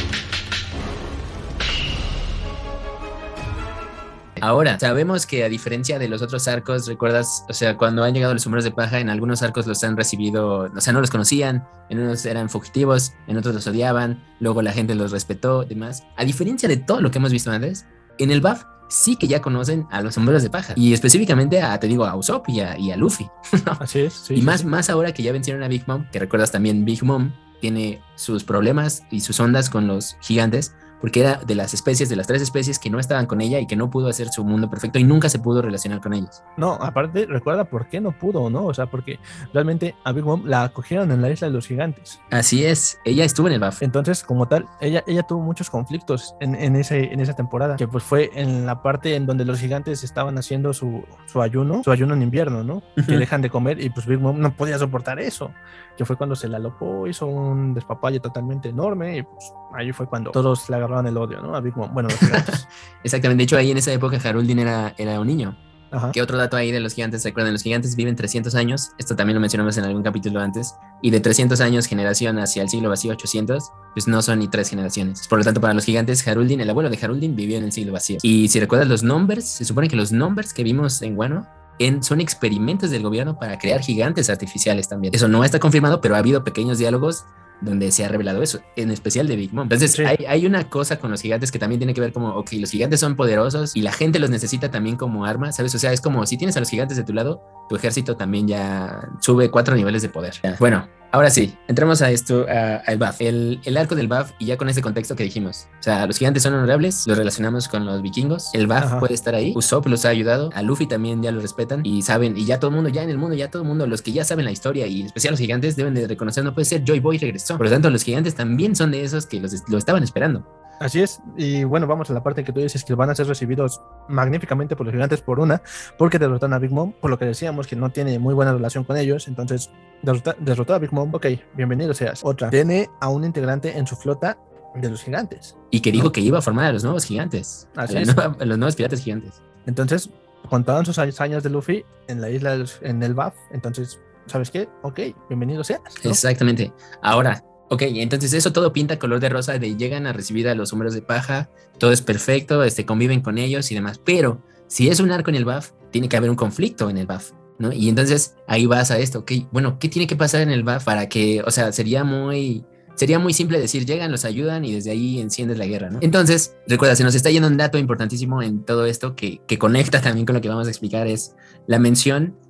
Ahora, sabemos que a diferencia de los otros arcos, recuerdas, o sea, cuando han llegado los sombreros de paja, en algunos arcos los han recibido, o sea, no los conocían, en unos eran fugitivos, en otros los odiaban, luego la gente los respetó, demás. A diferencia de todo lo que hemos visto antes, en el B A F sí que ya conocen a los sombreros de paja, y específicamente a, te digo, a Usopp y a, y a Luffy, ¿no? Así es, sí. Y sí, más, sí. más ahora que ya vencieron a Big Mom, que recuerdas también Big Mom tiene sus problemas y sus ondas con los gigantes, porque era de las especies, de las tres especies que no estaban con ella y que no pudo hacer su mundo perfecto y nunca se pudo relacionar con ellos. No, aparte, recuerda por qué no pudo, ¿no? O sea, porque realmente a Big Mom la acogieron en la isla de los gigantes. Así es, ella estuvo en el B A F. Entonces, como tal, ella, ella tuvo muchos conflictos en, en, ese, en esa temporada, que pues fue en la parte en donde los gigantes estaban haciendo su, su ayuno, su ayuno en invierno, ¿no? Uh-huh. Que dejan de comer y pues Big Mom no podía soportar eso, que fue cuando se la alocó, hizo un despapalle totalmente enorme y pues ahí fue cuando todos le agarraron el odio, ¿no? A Big Mom, bueno, los gigantes. Exactamente, de hecho ahí en esa época Haruldin era, era un niño. Ajá. ¿Qué otro dato ahí de los gigantes? Recuerden, los gigantes viven trescientos años, esto también lo mencionamos en algún capítulo antes, y de trescientos años generación hacia el siglo vacío ochocientos, pues no son ni tres generaciones. Por lo tanto, para los gigantes, Haruldin, el abuelo de Haruldin, vivió en el siglo vacío. Y si recuerdas los numbers, se supone que los numbers que vimos en Wano en, son experimentos del gobierno para crear gigantes artificiales también. Eso no está confirmado, pero ha habido pequeños diálogos donde se ha revelado eso, en especial de Big Mom. Entonces, sí. hay, hay una cosa con los gigantes que también tiene que ver como, ok, los gigantes son poderosos y la gente los necesita también como arma, ¿sabes? O sea, es como si tienes a los gigantes de tu lado, tu ejército también ya sube cuatro niveles de poder. Ya. Bueno, ahora sí, entremos a esto, al B A F. El, el arco del B A F, y ya con este contexto que dijimos, o sea, los gigantes son honorables, los relacionamos con los vikingos, el B A F Ajá. puede estar ahí, Usopp los ha ayudado, a Luffy también ya lo respetan, y saben, y ya todo el mundo, ya en el mundo, ya todo el mundo, los que ya saben la historia, y en especial los gigantes, deben de reconocer, no puede ser, Joy Boy regresó. Por lo tanto, los gigantes también son de esos que los, lo estaban esperando. Así es, y bueno, vamos a la parte que tú dices que van a ser recibidos magníficamente por los gigantes por una, porque derrotan a Big Mom, por lo que decíamos que no tiene muy buena relación con ellos, entonces derrota, derrotó a Big Mom, ok, bienvenido seas. Otra, tiene a un integrante en su flota de los gigantes. Y que dijo ¿no? que iba a formar a los nuevos gigantes, Así a, es. nueva, a los nuevos piratas gigantes. Entonces, contaban sus hazañas de Luffy en la isla, en el B A F, entonces, ¿sabes qué? Ok, bienvenido seas, ¿no? Exactamente. Ahora, ok, entonces eso todo pinta color de rosa, de llegan a recibir a los sombreros de paja, todo es perfecto, este, conviven con ellos y demás, pero si es un arco en el B A F, tiene que haber un conflicto en el B A F, ¿no? Y entonces ahí vas a esto, ok, bueno, ¿qué tiene que pasar en el B A F para que, o sea, sería muy... Sería muy simple decir, llegan, los ayudan y desde ahí enciendes la guerra, ¿no? Entonces, recuerda, se nos está yendo un dato importantísimo en todo esto que, que conecta también con lo que vamos a explicar, es la mención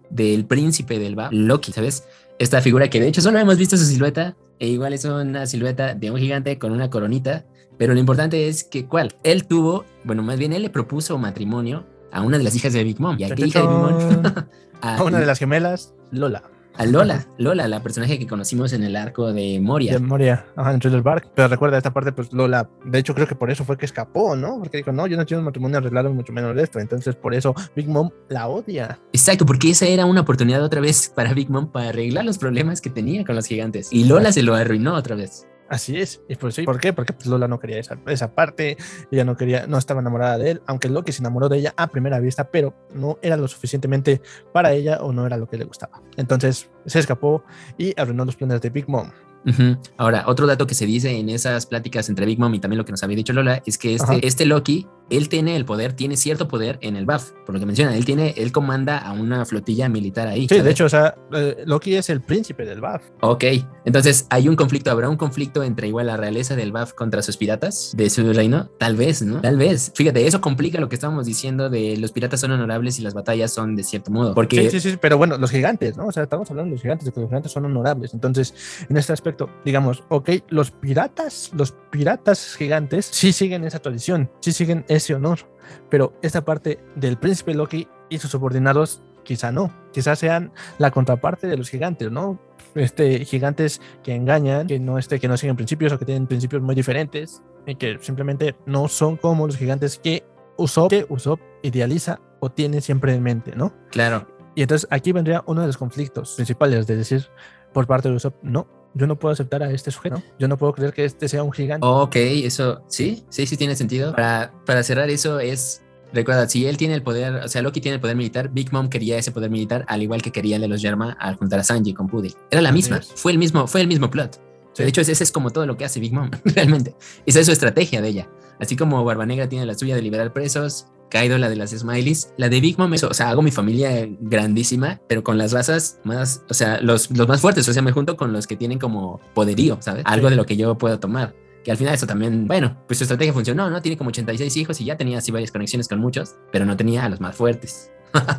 del príncipe del Valhalla, Loki, ¿sabes? Esta figura que de hecho solo hemos visto su silueta, e igual es una silueta de un gigante con una coronita, pero lo importante es que, ¿cuál? Él tuvo, bueno, más bien él le propuso matrimonio a una de las hijas de Big Mom. ¿Y a qué hija de Big Mom? a, a una de las gemelas, Lola. A Lola, Lola, la personaje que conocimos en el arco de Moria. De Moria, ajá, en Thriller Bark. Pero recuerda esta parte, pues Lola, de hecho creo que por eso fue que escapó, ¿no? Porque dijo, no, yo no quiero un matrimonio arreglado, mucho menos de esto. Entonces por eso Big Mom la odia. Exacto, porque esa era una oportunidad otra vez para Big Mom para arreglar los problemas que tenía con los gigantes. Y Lola se lo arruinó otra vez. Así es, y por, sí, ¿por qué? Porque pues, Lola no quería esa, esa parte, ella no quería, no estaba enamorada de él, aunque Loki se enamoró de ella a primera vista, pero no era lo suficientemente para ella o no era lo que le gustaba. Entonces se escapó y arruinó los planes de Big Mom. Uh-huh. Ahora, otro dato que se dice en esas pláticas entre Big Mom y también lo que nos había dicho Lola es que este, este Loki, él tiene el poder, tiene cierto poder en el B A F, por lo que menciona, él tiene, él comanda a una flotilla militar ahí. Sí, ¿sabes? De hecho, o sea, eh, Loki es el príncipe del B A F. Ok, entonces hay un conflicto, ¿habrá un conflicto entre igual la realeza del B A F contra sus piratas de su reino? Tal vez, ¿no? Tal vez. Fíjate, eso complica lo que estábamos diciendo de los piratas son honorables y las batallas son de cierto modo. Porque... Sí, sí, sí, pero bueno, los gigantes, ¿no? O sea, estamos hablando de los gigantes, de que los gigantes son honorables. Entonces, en este aspecto, digamos, ok, los piratas, los piratas gigantes sí siguen esa tradición, sí siguen ese honor, pero esta parte del príncipe Loki y sus subordinados quizá no, quizás sean la contraparte de los gigantes, ¿no? Este, gigantes que engañan, que no, este, que no siguen principios o que tienen principios muy diferentes y que simplemente no son como los gigantes que Usopp, que Usopp idealiza o tiene siempre en mente, ¿no? Claro. Y entonces aquí vendría uno de los conflictos principales, de decir por parte de Usopp, no, yo no puedo aceptar a este sujeto, ¿no? Yo no puedo creer que este sea un gigante. Ok, eso sí, sí, sí tiene sentido. Para, para cerrar eso es, recuerda, si él tiene el poder, o sea, Loki tiene el poder militar, Big Mom quería ese poder militar, al igual que quería el de los Yerma al juntar a Sanji con Pudding. Era la misma, sí. fue el mismo, fue el mismo plot. Sí. De hecho, ese es como todo lo que hace Big Mom, realmente. Esa es su estrategia de ella. Así como Barba Negra tiene la suya de liberar presos, Kaido la de las Smileys, la de Big Mom es, o sea, hago mi familia grandísima, pero con las razas más, o sea, los, los más fuertes, o sea, me junto con los que tienen como poderío, ¿sabes? Algo sí. de lo que yo puedo tomar. Que al final eso también, bueno, pues su estrategia funcionó, ¿no? Tiene como ochenta y seis hijos y ya tenía así varias conexiones con muchos, pero no tenía a los más fuertes.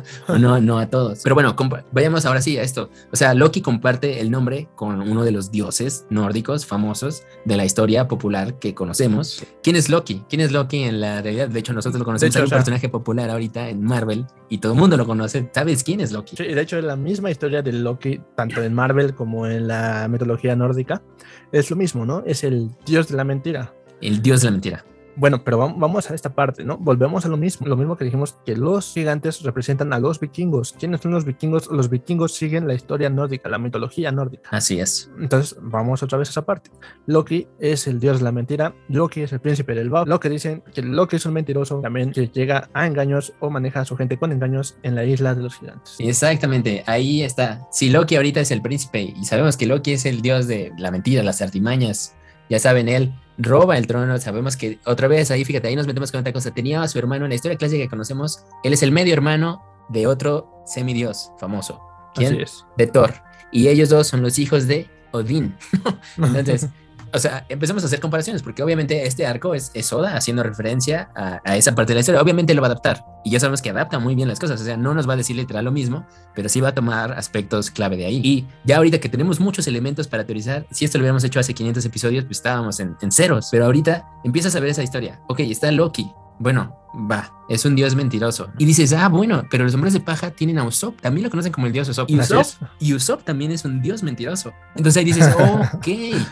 no, no a todos. Pero bueno, compa- vayamos ahora sí a esto. O sea, Loki comparte el nombre con uno de los dioses nórdicos famosos de la historia popular que conocemos. ¿Quién es Loki? ¿Quién es Loki en la realidad? De hecho, nosotros lo conocemos. Hay un personaje popular ahorita en Marvel y todo el mundo lo conoce. ¿Sabes quién es Loki? Sí, de hecho, es la misma historia de Loki, tanto en Marvel como en la mitología nórdica. Es lo mismo, ¿no? Es el dios de la mentira. El dios de la mentira. Bueno, pero vamos a esta parte, ¿no? Volvemos a lo mismo, lo mismo que dijimos, que los gigantes representan a los vikingos. ¿Quiénes son los vikingos? Los vikingos siguen la historia nórdica, la mitología nórdica. Así es. Entonces, vamos otra vez a esa parte. Loki es el dios de la mentira, Loki es el príncipe del Valhalla. Lo que dicen que Loki es un mentiroso, también que llega a engaños o maneja a su gente con engaños en la isla de los gigantes. Exactamente, ahí está. Si Loki ahorita es el príncipe y sabemos que Loki es el dios de la mentira, las artimañas, ya saben, él roba el trono, sabemos que otra vez ahí, fíjate, ahí nos metemos con otra cosa. Tenía a su hermano en la historia clásica que conocemos, él es el medio hermano de otro semidios famoso. ¿Quién? Así es. De Thor. Y ellos dos son los hijos de Odín. Entonces, o sea, empezamos a hacer comparaciones, porque obviamente este arco es, es Oda haciendo referencia a, a esa parte de la historia. Obviamente lo va a adaptar, y ya sabemos que adapta muy bien las cosas, o sea, no nos va a decir literal lo mismo, pero sí va a tomar aspectos clave de ahí. Y ya ahorita que tenemos muchos elementos para teorizar, si esto lo hubiéramos hecho hace quinientos episodios, pues estábamos en, en ceros, pero ahorita empiezas a ver esa historia. Ok, está Loki. Bueno, va, es un dios mentiroso. Y dices, ah, bueno, pero los hombres de paja tienen a Usopp. También lo conocen como el dios Usopp. Y Usopp, y Usopp también es un dios mentiroso. Entonces ahí dices, ok,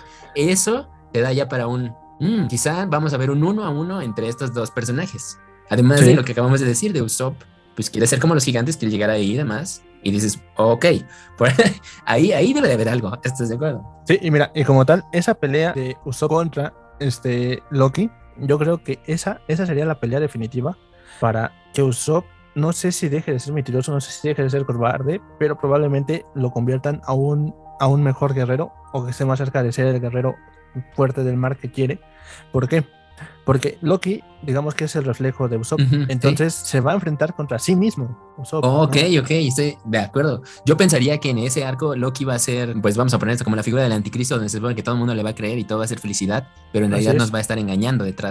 eso te da ya para un... Mmm, quizá vamos a ver un uno a uno entre estos dos personajes. Además sí. de lo que acabamos de decir de Usopp, pues quiere ser como los gigantes, quiere llegar ahí y demás. Y dices, ok, por ahí, ahí debe de haber algo. ¿Estás de acuerdo? Sí, y mira, y como tal, esa pelea de Usopp contra este Loki, yo creo que esa, esa sería la pelea definitiva para que Usopp, no sé si deje de ser mentiroso, no sé si deje de ser cobarde, pero probablemente lo conviertan a un, a un mejor guerrero, o que esté más cerca de ser el guerrero fuerte del mar que quiere. ¿Por qué? Porque Loki, digamos que es el reflejo de Usopp, uh-huh, entonces sí. se va a enfrentar contra sí mismo. Usopp, oh, ok, ¿no? ok, estoy de acuerdo. Yo pensaría que en ese arco Loki va a ser, pues vamos a poner esto como la figura del anticristo, donde se supone que todo el mundo le va a creer y todo va a ser felicidad, pero en realidad nos va a estar engañando detrás.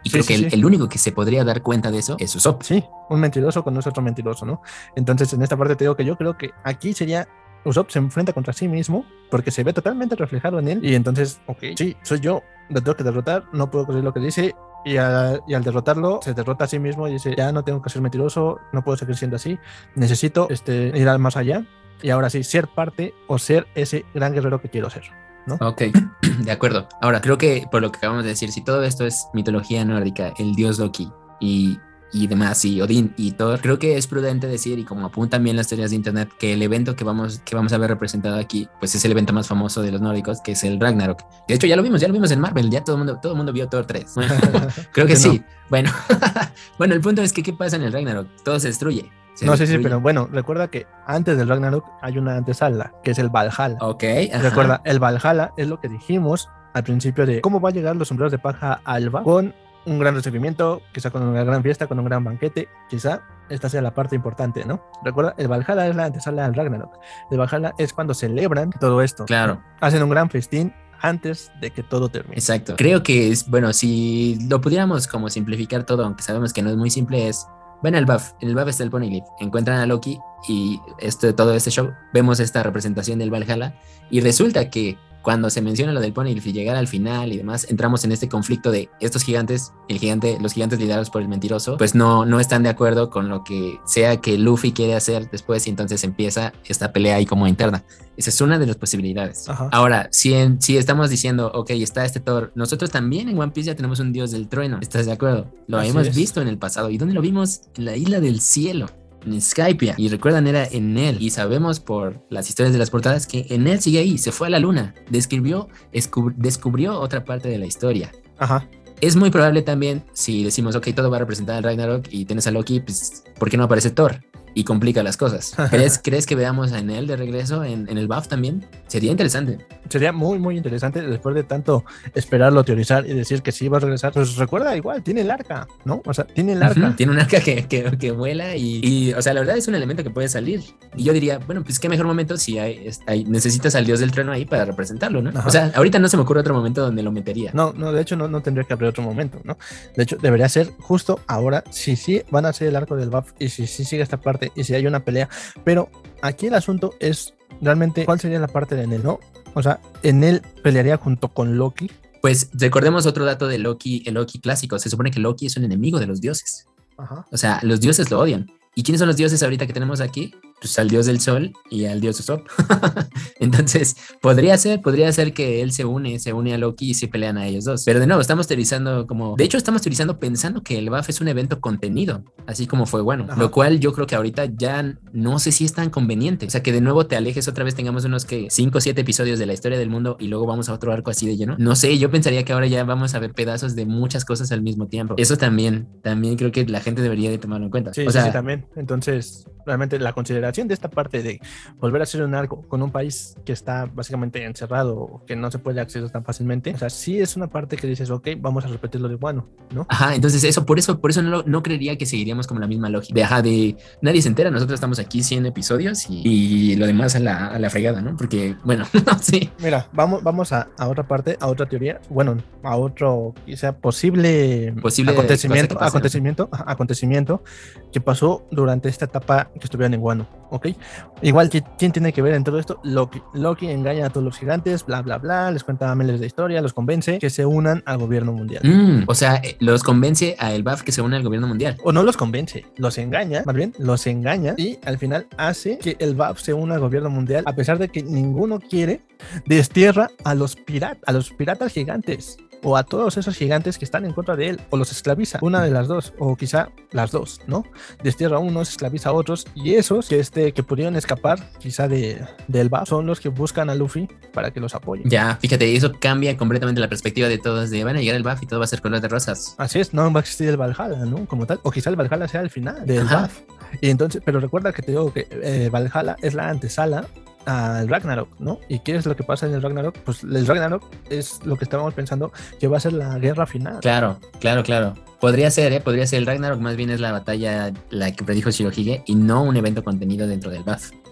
Y Sí, creo sí, que el, sí. el único que se podría dar cuenta de eso es Usopp. Sí, un mentiroso con otro mentiroso, ¿no? Entonces, en esta parte te digo que yo creo que aquí sería Usopp se enfrenta contra sí mismo porque se ve totalmente reflejado en él y entonces, ok, sí, soy yo, lo tengo que derrotar, no puedo conseguir lo que dice y, a, y al derrotarlo se derrota a sí mismo y dice, ya no tengo que ser mentiroso, no puedo seguir siendo así, necesito este, ir al más allá y ahora sí, ser parte o ser ese gran guerrero que quiero ser, ¿no? Ok, de acuerdo. Ahora, creo que por lo que acabamos de decir, si todo esto es mitología nórdica, el dios Loki y, y demás, y Odín y Thor, creo que es prudente decir, y como apuntan bien las teorías de internet, que el evento que vamos, que vamos a ver representado aquí, pues es el evento más famoso de los nórdicos, que es el Ragnarok. De hecho, ya lo vimos, ya lo vimos en Marvel, ya todo el mundo, todo el mundo vio Thor tres. Bueno, creo que Sí, sí. no. Bueno, bueno, el punto es que ¿qué pasa en el Ragnarok? Todo se destruye. Se No, sí, sí, destruye. pero bueno, recuerda que antes del Ragnarok hay una antesala, que es el Valhalla. Ok, Y ajá. recuerda, el Valhalla es lo que dijimos al principio de cómo va a llegar los sombreros de paja a Alba con un gran recibimiento, quizá con una gran fiesta, con un gran banquete, quizá esta sea la parte importante, ¿no? Recuerda, el Valhalla es la antesala del Ragnarok. El Valhalla es cuando celebran todo esto. Claro. Hacen un gran festín antes de que todo termine. Exacto. Creo que es, bueno, si lo pudiéramos como simplificar todo, aunque sabemos que no es muy simple, es, ven al B A F, en el B A F está el Poneglyph, encuentran a Loki y este, todo este show, vemos esta representación del Valhalla y resulta que cuando se menciona lo del Poneglyph y llegar al final y demás, entramos en este conflicto de estos gigantes, el gigante, los gigantes liderados por el mentiroso, pues no, no están de acuerdo con lo que sea que Luffy quiere hacer después y entonces empieza esta pelea ahí como interna. Esa es una de las posibilidades. Ajá. Ahora, si, en, si estamos diciendo, ok, está este Thor, nosotros también en One Piece ya tenemos un dios del trueno, ¿estás de acuerdo? Lo Así hemos es. visto en el pasado. ¿Y dónde lo vimos? En la isla del cielo. En Skypiea, y recuerdan era en él, y sabemos por las historias de las portadas que en él sigue ahí, se fue a la luna, describió, descubrió otra parte de la historia. Ajá. Es muy probable también, si decimos, ok, todo va a representar al Ragnarok y tienes a Loki, pues, ¿por qué no aparece Thor? Y complica las cosas. ¿Crees, ¿crees que veamos a Enel de regreso en, en el B A F también? Sería interesante. Sería muy, muy interesante después de tanto esperarlo, teorizar y decir que sí va a regresar. Pues recuerda, igual, tiene el arca, ¿no? O sea, tiene el arca. Uh-huh. Tiene un arca que, que, que vuela y, y, o sea, la verdad es un elemento que puede salir. Y yo diría, bueno, pues qué mejor momento si hay, hay, necesitas al dios del trueno ahí para representarlo, ¿no? Ajá. O sea, ahorita no se me ocurre otro momento donde lo metería. No, no, de hecho no, no tendría que haber otro momento, ¿no? De hecho, debería ser justo ahora, si sí van a hacer el arco del B A F y si sí sigue esta parte y si hay una pelea. Pero aquí el asunto es realmente cuál sería la parte de Enel, ¿no? O sea, Enel pelearía junto con Loki. Pues recordemos otro dato de Loki, el Loki clásico. Se supone que Loki es un enemigo de los dioses. Ajá. O sea, los dioses lo odian. ¿Y quiénes son los dioses ahorita que tenemos aquí? Pues al dios del sol y al dios Usopp. Entonces, podría ser, podría ser que él se une, se une a Loki y se pelean a ellos dos. Pero de nuevo, estamos teorizando como... De hecho, estamos teorizando pensando que el B A F es un evento contenido, así como fue bueno. Ajá. Lo cual yo creo que ahorita ya no sé si es tan conveniente. O sea, que de nuevo te alejes otra vez, tengamos unos que cinco o siete episodios de la historia del mundo y luego vamos a otro arco así de lleno. No sé, yo pensaría que ahora ya vamos a ver pedazos de muchas cosas al mismo tiempo. Eso también, también creo que la gente debería de tomarlo en cuenta. Sí, o sea, sí, sí, también. Entonces, realmente la consideración de esta parte de volver a hacer un arco con un país que está básicamente encerrado, que no se puede acceder tan fácilmente, o sea, sí es una parte que dices, ok, vamos a repetir lo de Wano, ¿no? Ajá, entonces eso, por eso, por eso no, no creería que seguiríamos como la misma lógica. De, ajá, de nadie se entera, nosotros estamos aquí cien episodios y, y lo demás a la, a la fregada, ¿no? Porque, bueno, sí. Mira, vamos, vamos a, a otra parte, a otra teoría, bueno, a otro quizá posible, posible acontecimiento, pase, acontecimiento, ¿no? acontecimiento que pasó durante esta etapa que estuvieron en Wano, ¿ok? Igual, ¿quién tiene que ver en todo esto? Loki. Loki engaña a todos los gigantes, bla, bla, bla, les cuenta miles de historia, los convence que se unan al gobierno mundial. Mm, o sea, los convence a el B A F que se une al gobierno mundial. O no los convence, los engaña, más bien, los engaña y al final hace que el B A F se una al gobierno mundial, a pesar de que ninguno quiere, destierra a los piratas, a los piratas gigantes. O a todos esos gigantes que están en contra de él, o los esclaviza, una de las dos, o quizá las dos, ¿no? Destierra a unos, esclaviza a otros, y esos que, este, que pudieron escapar, quizá de, del B A F, son los que buscan a Luffy para que los apoye. Ya, fíjate, eso cambia completamente la perspectiva de todos, de van a llegar el B A F y todo va a ser color de rosas. Así es, no va a existir el Valhalla, ¿no? Como tal, o quizá el Valhalla sea el final del Ajá. B A F. Y entonces, pero recuerda que te digo que eh, Valhalla es la antesala al Ragnarok, ¿no? ¿Y qué es lo que pasa en el Ragnarok? Pues el Ragnarok es lo que estábamos pensando que va a ser la guerra final. Claro, claro, claro. Podría ser, ¿eh? Podría ser el Ragnarok, más bien es la batalla la que predijo Shirohige y no un evento contenido dentro del B A F.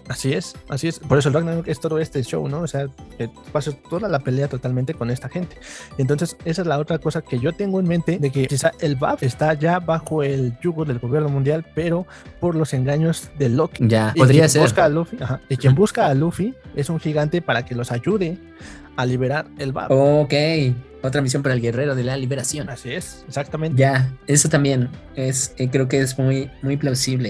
Así es, así es. Por eso el Ragnarok es todo este show, ¿no? O sea, que pasas toda la pelea totalmente con esta gente. Entonces, esa es la otra cosa que yo tengo en mente, de que quizá el V A F está ya bajo el yugo del gobierno mundial, pero por los engaños de Loki. Ya, y podría quien ser. Busca a Luffy, ajá, y quien busca a Luffy es un gigante para que los ayude a liberar el V A F. Ok, otra misión para el guerrero de la liberación. Así es, exactamente. Ya, eso también es, eh, creo que es muy, muy plausible.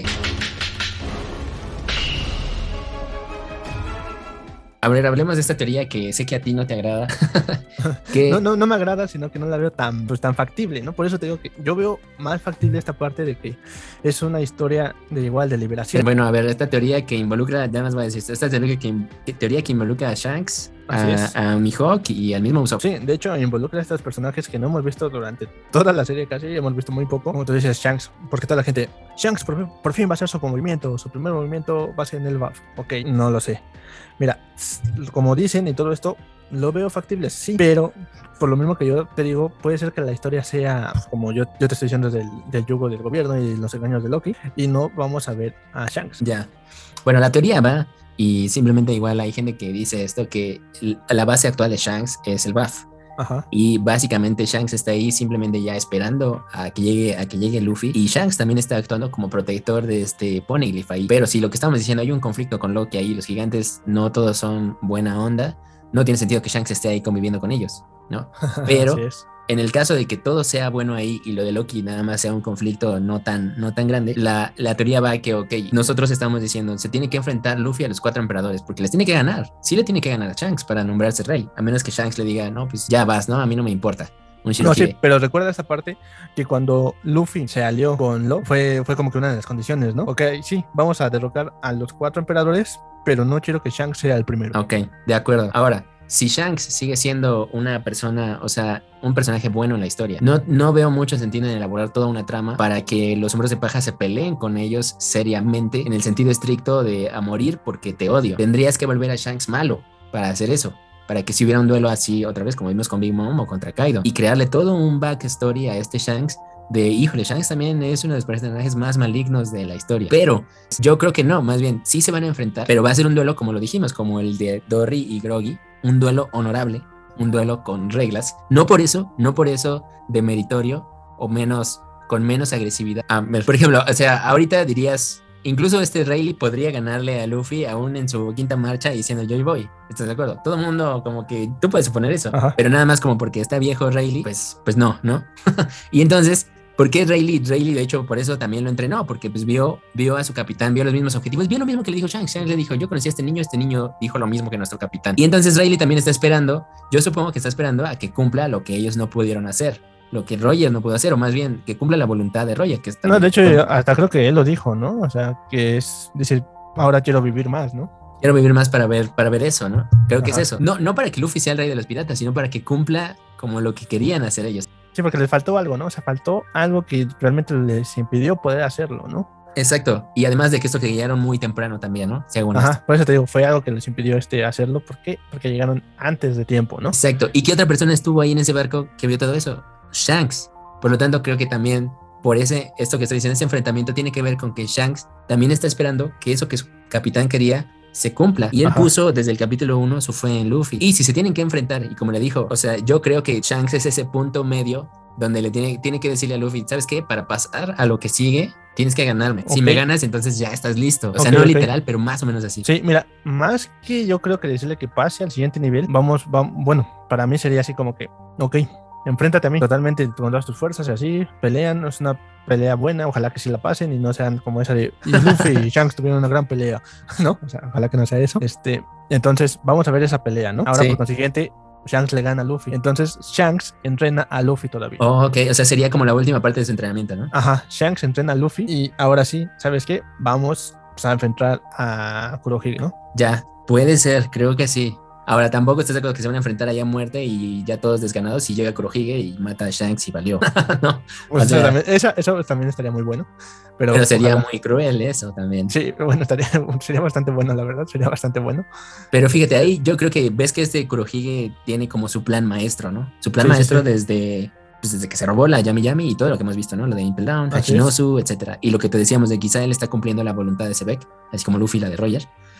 A ver, hablemos de esta teoría que sé que a ti no te agrada. que... No, no, no me agrada, sino que no la veo tan, pues, tan factible, ¿no? Por eso te digo que yo veo más factible esta parte de que es una historia de igual de liberación. Bueno, a ver, esta teoría que involucra, ya más voy a decir, esta teoría que, que, teoría que involucra a Shanks, a, a Mihawk y al mismo Usopp. Sí, de hecho involucra a estos personajes que no hemos visto durante toda la serie casi, hemos visto muy poco. Como tú dices, Shanks, porque toda la gente, Shanks por, por fin va a hacer su movimiento, su primer movimiento va a ser en el V A F. Ok, no lo sé. Mira, como dicen y todo esto, lo veo factible, sí, pero por lo mismo que yo te digo, puede ser que la historia sea como yo, yo te estoy diciendo del, del yugo del gobierno y los engaños de Loki, y no vamos a ver a Shanks. Ya. Bueno, la teoría va, y simplemente igual hay gente que dice esto, que la base actual de Shanks es el V A F. Ajá. Y básicamente Shanks está ahí simplemente ya esperando a que llegue a que llegue Luffy, y Shanks también está actuando como protector de este Poneglyph ahí. Pero si lo que estamos diciendo, hay un conflicto con Loki ahí, los gigantes no todos son buena onda, no tiene sentido que Shanks esté ahí conviviendo con ellos, ¿no? Pero en el caso de que todo sea bueno ahí y lo de Loki nada más sea un conflicto no tan, no tan grande, la, la teoría va a que, ok, nosotros estamos diciendo, se tiene que enfrentar Luffy a los cuatro emperadores porque les tiene que ganar, sí le tiene que ganar a Shanks para nombrarse rey, a menos que Shanks le diga, no, pues ya vas, ¿no? A mí no me importa. No, sí, pero recuerda esta parte que cuando Luffy se alió con Lo, fue, fue como que una de las condiciones, ¿no? Ok, sí, vamos a derrocar a los cuatro emperadores, pero no quiero que Shanks sea el primero. Ok, de acuerdo. Ahora, si Shanks sigue siendo una persona, o sea, un personaje bueno en la historia, no, no veo mucho sentido en elaborar toda una trama para que los hombres de paja se peleen con ellos seriamente, en el sentido estricto de a morir porque te odio. Tendrías que volver a Shanks malo para hacer eso, para que si hubiera un duelo así otra vez, como vimos con Big Mom o contra Kaido, y crearle todo un backstory a este Shanks de, híjole, Shanks también es uno de los personajes más malignos de la historia. Pero yo creo que no, más bien, sí se van a enfrentar, pero va a ser un duelo, como lo dijimos, como el de Dory y Groggy, un duelo honorable, un duelo con reglas, no por eso, no por eso de meritorio o menos, con menos agresividad. Ah, por ejemplo, o sea, ahorita dirías, incluso este Rayleigh podría ganarle a Luffy aún en su quinta marcha diciendo yo voy. ¿Estás de acuerdo? Todo el mundo como que tú puedes suponer eso. Ajá. Pero nada más como porque está viejo Rayleigh, pues, pues no, ¿no? Y entonces, ¿por qué Rayleigh? Rayleigh de hecho por eso también lo entrenó, porque pues vio, vio a su capitán, vio los mismos objetivos, vio lo mismo que le dijo Shanks. Shanks le dijo, yo conocí a este niño, este niño dijo lo mismo que nuestro capitán. Y entonces Rayleigh también está esperando, yo supongo que está esperando a que cumpla lo que ellos no pudieron hacer, lo que Roger no pudo hacer, o más bien que cumpla la voluntad de Roger. Que está no, de hecho, como... hasta creo que él lo dijo, ¿no? O sea, que es decir, ahora quiero vivir más, ¿no? Quiero vivir más para ver, para ver eso, ¿no? Creo Ajá. que es eso. No, no para que Luffy sea el rey de los piratas, sino para que cumpla como lo que querían hacer ellos. Sí, porque les faltó algo, ¿no? O sea, faltó algo que realmente les impidió poder hacerlo, ¿no? Exacto. Y además de que esto que llegaron muy temprano también, ¿no? Según Ajá, esto. por eso te digo, fue algo que les impidió este hacerlo. ¿Por qué? Porque llegaron antes de tiempo, ¿no? Exacto. ¿Y qué otra persona estuvo ahí en ese barco que vio todo eso? Shanks. Por lo tanto, creo que también por ese, esto que estoy diciendo, ese enfrentamiento tiene que ver con que Shanks también está esperando que eso que su capitán quería se cumpla. Y él Ajá. puso desde el capítulo uno su fe en Luffy. Y si se tienen que enfrentar, y como le dijo, o sea, yo creo que Shanks es ese punto medio donde le tiene, tiene que decirle a Luffy, ¿sabes qué? Para pasar a lo que sigue, tienes que ganarme. Okay. Si me ganas, entonces ya estás listo. O okay, sea, no okay. literal, pero más o menos así. Sí, mira, más que yo creo que decirle que pase al siguiente nivel, vamos, vamos bueno, para mí sería así como que, ok, enfréntate a mí totalmente con todas tus fuerzas y así, pelean, es una pelea buena, ojalá que sí la pasen y no sean como esa de y Luffy y Shanks tuvieron una gran pelea, ¿no? O sea, ojalá que no sea eso. Este, entonces, vamos a ver esa pelea, ¿no? Ahora, sí. por consiguiente, Shanks le gana a Luffy. Entonces, Shanks entrena a Luffy todavía. Oh, ok. O sea, sería como la última parte de su entrenamiento, ¿no? Ajá. Shanks entrena a Luffy y ahora sí, ¿sabes qué? Vamos pues, a enfrentar a Kurohige, ¿no? Ya, puede ser. Creo que sí. Ahora, tampoco estás de acuerdo que se van a enfrentar allá a muerte y ya todos desganados y llega Kurohige y mata a Shanks y valió. ¿No? Pues o sea, eso, también, eso, eso también estaría muy bueno. Pero, pero sería ojalá. Muy cruel eso también. Sí, bueno, estaría, sería bastante bueno, la verdad, sería bastante bueno. Pero fíjate, ahí yo creo que ves que este Kurohige tiene como su plan maestro, ¿no? Su plan sí, maestro sí, sí. desde... Pues desde que se robó la Yami Yami y todo lo que hemos visto, ¿no? Lo de Impel Down, Hachinosu, etcétera. Y lo que te decíamos de quizá él está cumpliendo la voluntad de Sebek, así como Luffy la de Roger.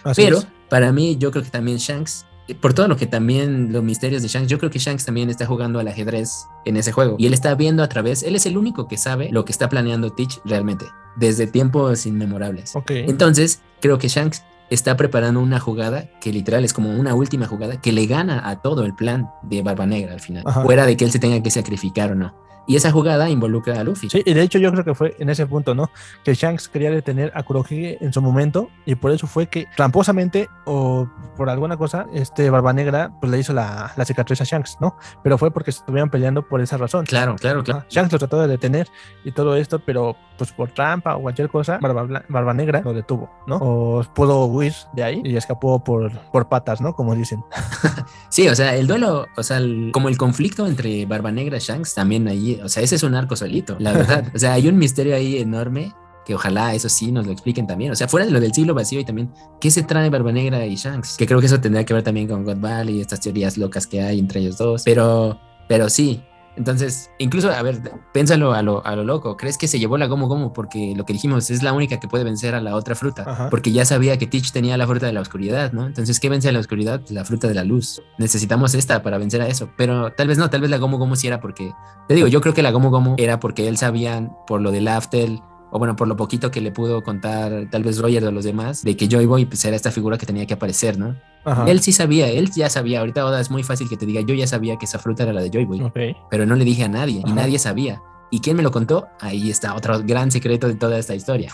Así Pero es. para mí, yo creo que también Shanks, por todo lo que también, los misterios de Shanks, yo creo que Shanks también está jugando al ajedrez en ese juego. Y él está viendo a través, él es el único que sabe lo que está planeando Teach realmente, desde tiempos inmemorables. Ok. Entonces, creo que Shanks está preparando una jugada que literal es como una última jugada que le gana a todo el plan de Barba Negra al final, Ajá. fuera de que él se tenga que sacrificar o no. Y esa jugada involucra a Luffy. Sí, y de hecho yo creo que fue en ese punto, ¿no? Que Shanks quería detener a Kurohige en su momento y por eso fue que tramposamente o por alguna cosa, este Barba Negra pues le hizo la, la cicatriz a Shanks, ¿no? Pero fue porque se estuvieran peleando por esa razón. Claro, claro, claro. Ajá. Shanks lo trató de detener y todo esto, pero pues por trampa o cualquier cosa, Barba, Barba Negra lo detuvo, ¿no? O pudo huir de ahí y escapó por, por patas, ¿no? Como dicen. Sí, o sea, el duelo, o sea, el, como el conflicto entre Barba Negra y Shanks también ahí, o sea, ese es un arco solito, la verdad. O sea, hay un misterio ahí enorme que ojalá eso sí nos lo expliquen también. O sea, fuera de lo del siglo vacío y también, ¿qué se trae Barba Negra y Shanks? Que creo que eso tendrá que ver también con God Valley y estas teorías locas que hay entre ellos dos. Pero, pero sí. Entonces, incluso, a ver, piénsalo a lo, a lo loco. ¿Crees que se llevó la Gomu Gomu porque lo que dijimos es la única que puede vencer a la otra fruta? Ajá. Porque ya sabía que Teach tenía la fruta de la oscuridad, ¿no? Entonces, ¿qué vence a la oscuridad? Pues la fruta de la luz. Necesitamos esta para vencer a eso. Pero tal vez no, tal vez la Gomu Gomu sí era porque... Te digo, yo creo que la Gomu Gomu era porque él sabía por lo del Aftel, o bueno, por lo poquito que le pudo contar tal vez Roger o los demás, de que Joy Boy pues era esta figura que tenía que aparecer, ¿no? Ajá. Él sí sabía, él ya sabía. Ahorita Oda es muy fácil que te diga, yo ya sabía que esa fruta era la de Joy Boy, Okay. pero no le dije a nadie, y Ajá. nadie sabía. ¿Y quién me lo contó? Ahí está otro gran secreto de toda esta historia.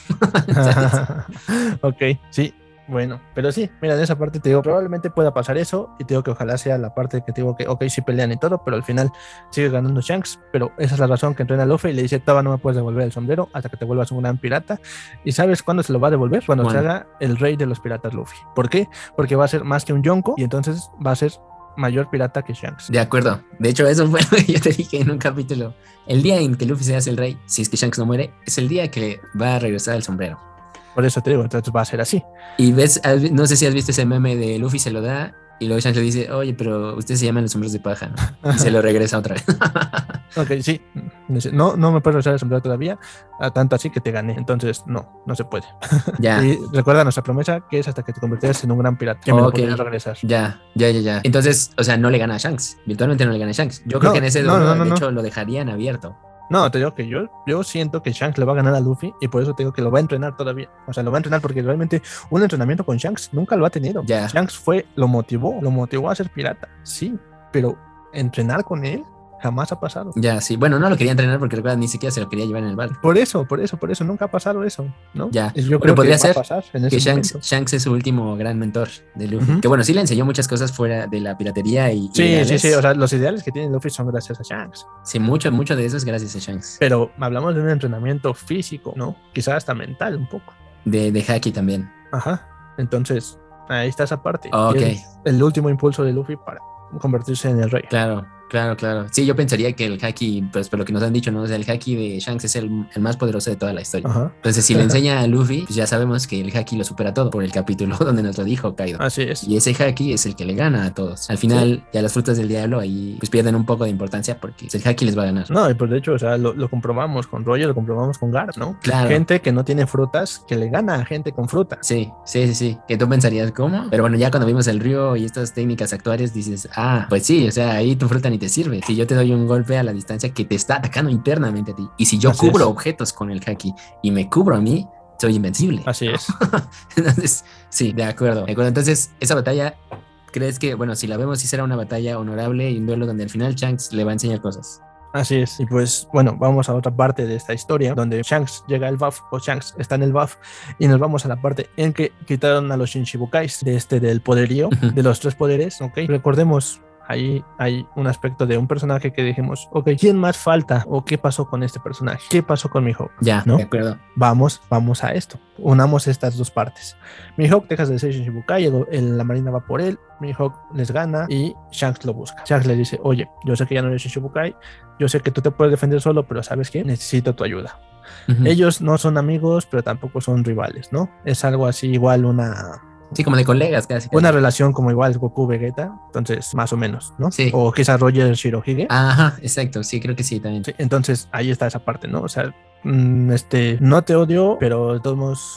Ok, sí, bueno, pero sí, mira, en esa parte te digo, probablemente pueda pasar eso, y te digo que ojalá sea la parte que te digo que, ok, sí pelean y todo, pero al final sigue ganando Shanks, pero esa es la razón que entrena a Luffy y le dice, todavía no me puedes devolver el sombrero hasta que te vuelvas un gran pirata. ¿Y sabes cuándo se lo va a devolver? Cuando Bueno. se haga el rey de los piratas Luffy. ¿Por qué? Porque va a ser más que un yonko y entonces va a ser mayor pirata que Shanks. De acuerdo. De hecho, eso fue lo que yo te dije en un capítulo. El día en que Luffy se hace el rey, si es que Shanks no muere, es el día que va a regresar el sombrero. Por eso te digo, entonces va a ser así. Y ves, no sé si has visto ese meme de Luffy se lo da y luego Shanks le dice, oye, pero ustedes se llaman los sombreros de paja, ¿no? Y se lo regresa otra vez. Ok, sí. No, no me puedes regresar el sombrero todavía, a tanto así que te gané. Entonces, no, no se puede. Ya. Y recuerda nuestra promesa, que es hasta que te conviertas en un gran pirata, que me Ok. lo podrías regresar. Ya, ya, ya, ya. Entonces, o sea, no le gana a Shanks. Virtualmente no le gana a Shanks. Yo creo No, que en ese no, duelo, no, no, de no. hecho, lo dejarían abierto. No, te digo que yo, yo siento que Shanks le va a ganar a Luffy y por eso te digo que lo va a entrenar todavía. O sea, lo va a entrenar porque realmente un entrenamiento con Shanks nunca lo ha tenido. Ya. Shanks fue, lo motivó, lo motivó a ser pirata, sí, pero entrenar con él jamás ha pasado. Ya, sí. Bueno, no lo quería entrenar porque recuerda, ni siquiera se lo quería llevar en el barco. Por eso, por eso, por eso nunca ha pasado eso, ¿no? Ya. Y yo Bueno, creo podría que va ser a pasar en ese que Shanks, momento. Shanks es su último gran mentor de Luffy. Ujú. Que bueno, sí le enseñó muchas cosas fuera de la piratería y. Sí, ideales. sí, sí, o sea, los ideales que tiene Luffy son gracias a Shanks. Sí, mucho, mucho de eso es gracias a Shanks. Pero hablamos de un entrenamiento físico, ¿no? Quizás hasta mental un poco. De, de Haki también. Ajá. Entonces, ahí está esa parte. Ok. Que es el último impulso de Luffy para convertirse en el rey. Claro, claro, claro. Sí, yo pensaría que el Haki, pues por lo que nos han dicho, ¿no? O sea, el Haki de Shanks es el, el más poderoso de toda la historia. Ajá. Entonces, si le enseña a Luffy, pues ya sabemos que el Haki lo supera todo por el capítulo donde nos lo dijo Kaido. Así es. Y ese Haki es el que le gana a todos. Al final, sí. ya las frutas del diablo ahí pues pierden un poco de importancia porque el Haki les va a ganar. No, y pues de hecho, o sea, lo, lo comprobamos con Roger, lo comprobamos con Garp, ¿no? Claro. Gente que no tiene frutas, que le gana a gente con frutas. Sí, sí, sí, sí. Que tú pensarías, ¿cómo? Pero bueno, ya cuando vimos el río y estas técnicas actuales, dices, ah, pues sí, o sea, ahí tu fruta ni te sirve. Si yo te doy un golpe a la distancia que te está atacando internamente a ti, y si yo Así cubro es. objetos con el Haki y me cubro a mí, soy invencible. Así es. Entonces, sí, de acuerdo. De acuerdo. Entonces, esa batalla, ¿crees que, bueno, si la vemos, sí será una batalla honorable y un duelo donde al final Shanks le va a enseñar cosas? Así es. Y pues, bueno, vamos a otra parte de esta historia, donde Shanks llega al buff, o Shanks está en el buff, y nos vamos a la parte en que quitaron a los Shinchibukais de este, del poderío, Ujú. de los tres poderes, ¿ok? Recordemos, ahí hay un aspecto de un personaje que dijimos, ok, ¿quién más falta? ¿O qué pasó con este personaje? ¿Qué pasó con Mihawk? Ya, ¿No? de acuerdo. Vamos, vamos a esto. Unamos estas dos partes. Mihawk deja de ser Shichibukai, el, el- la marina va por él, Mihawk les gana y Shanks lo busca. Shanks le dice, oye, yo sé que ya no eres Shichibukai, yo sé que tú te puedes defender solo, pero ¿sabes qué? Necesito tu ayuda. Ujú. Ellos no son amigos, pero tampoco son rivales, ¿no? Es algo así, igual una, Sí, como de colegas casi. casi. una relación como igual Goku-Vegeta, entonces más o menos, ¿no? Sí. O quizás Roger Shirohige. Ajá, exacto, sí, creo que sí también. Sí, entonces ahí está esa parte, ¿no? O sea, mm, este, no te odio, pero de todos modos,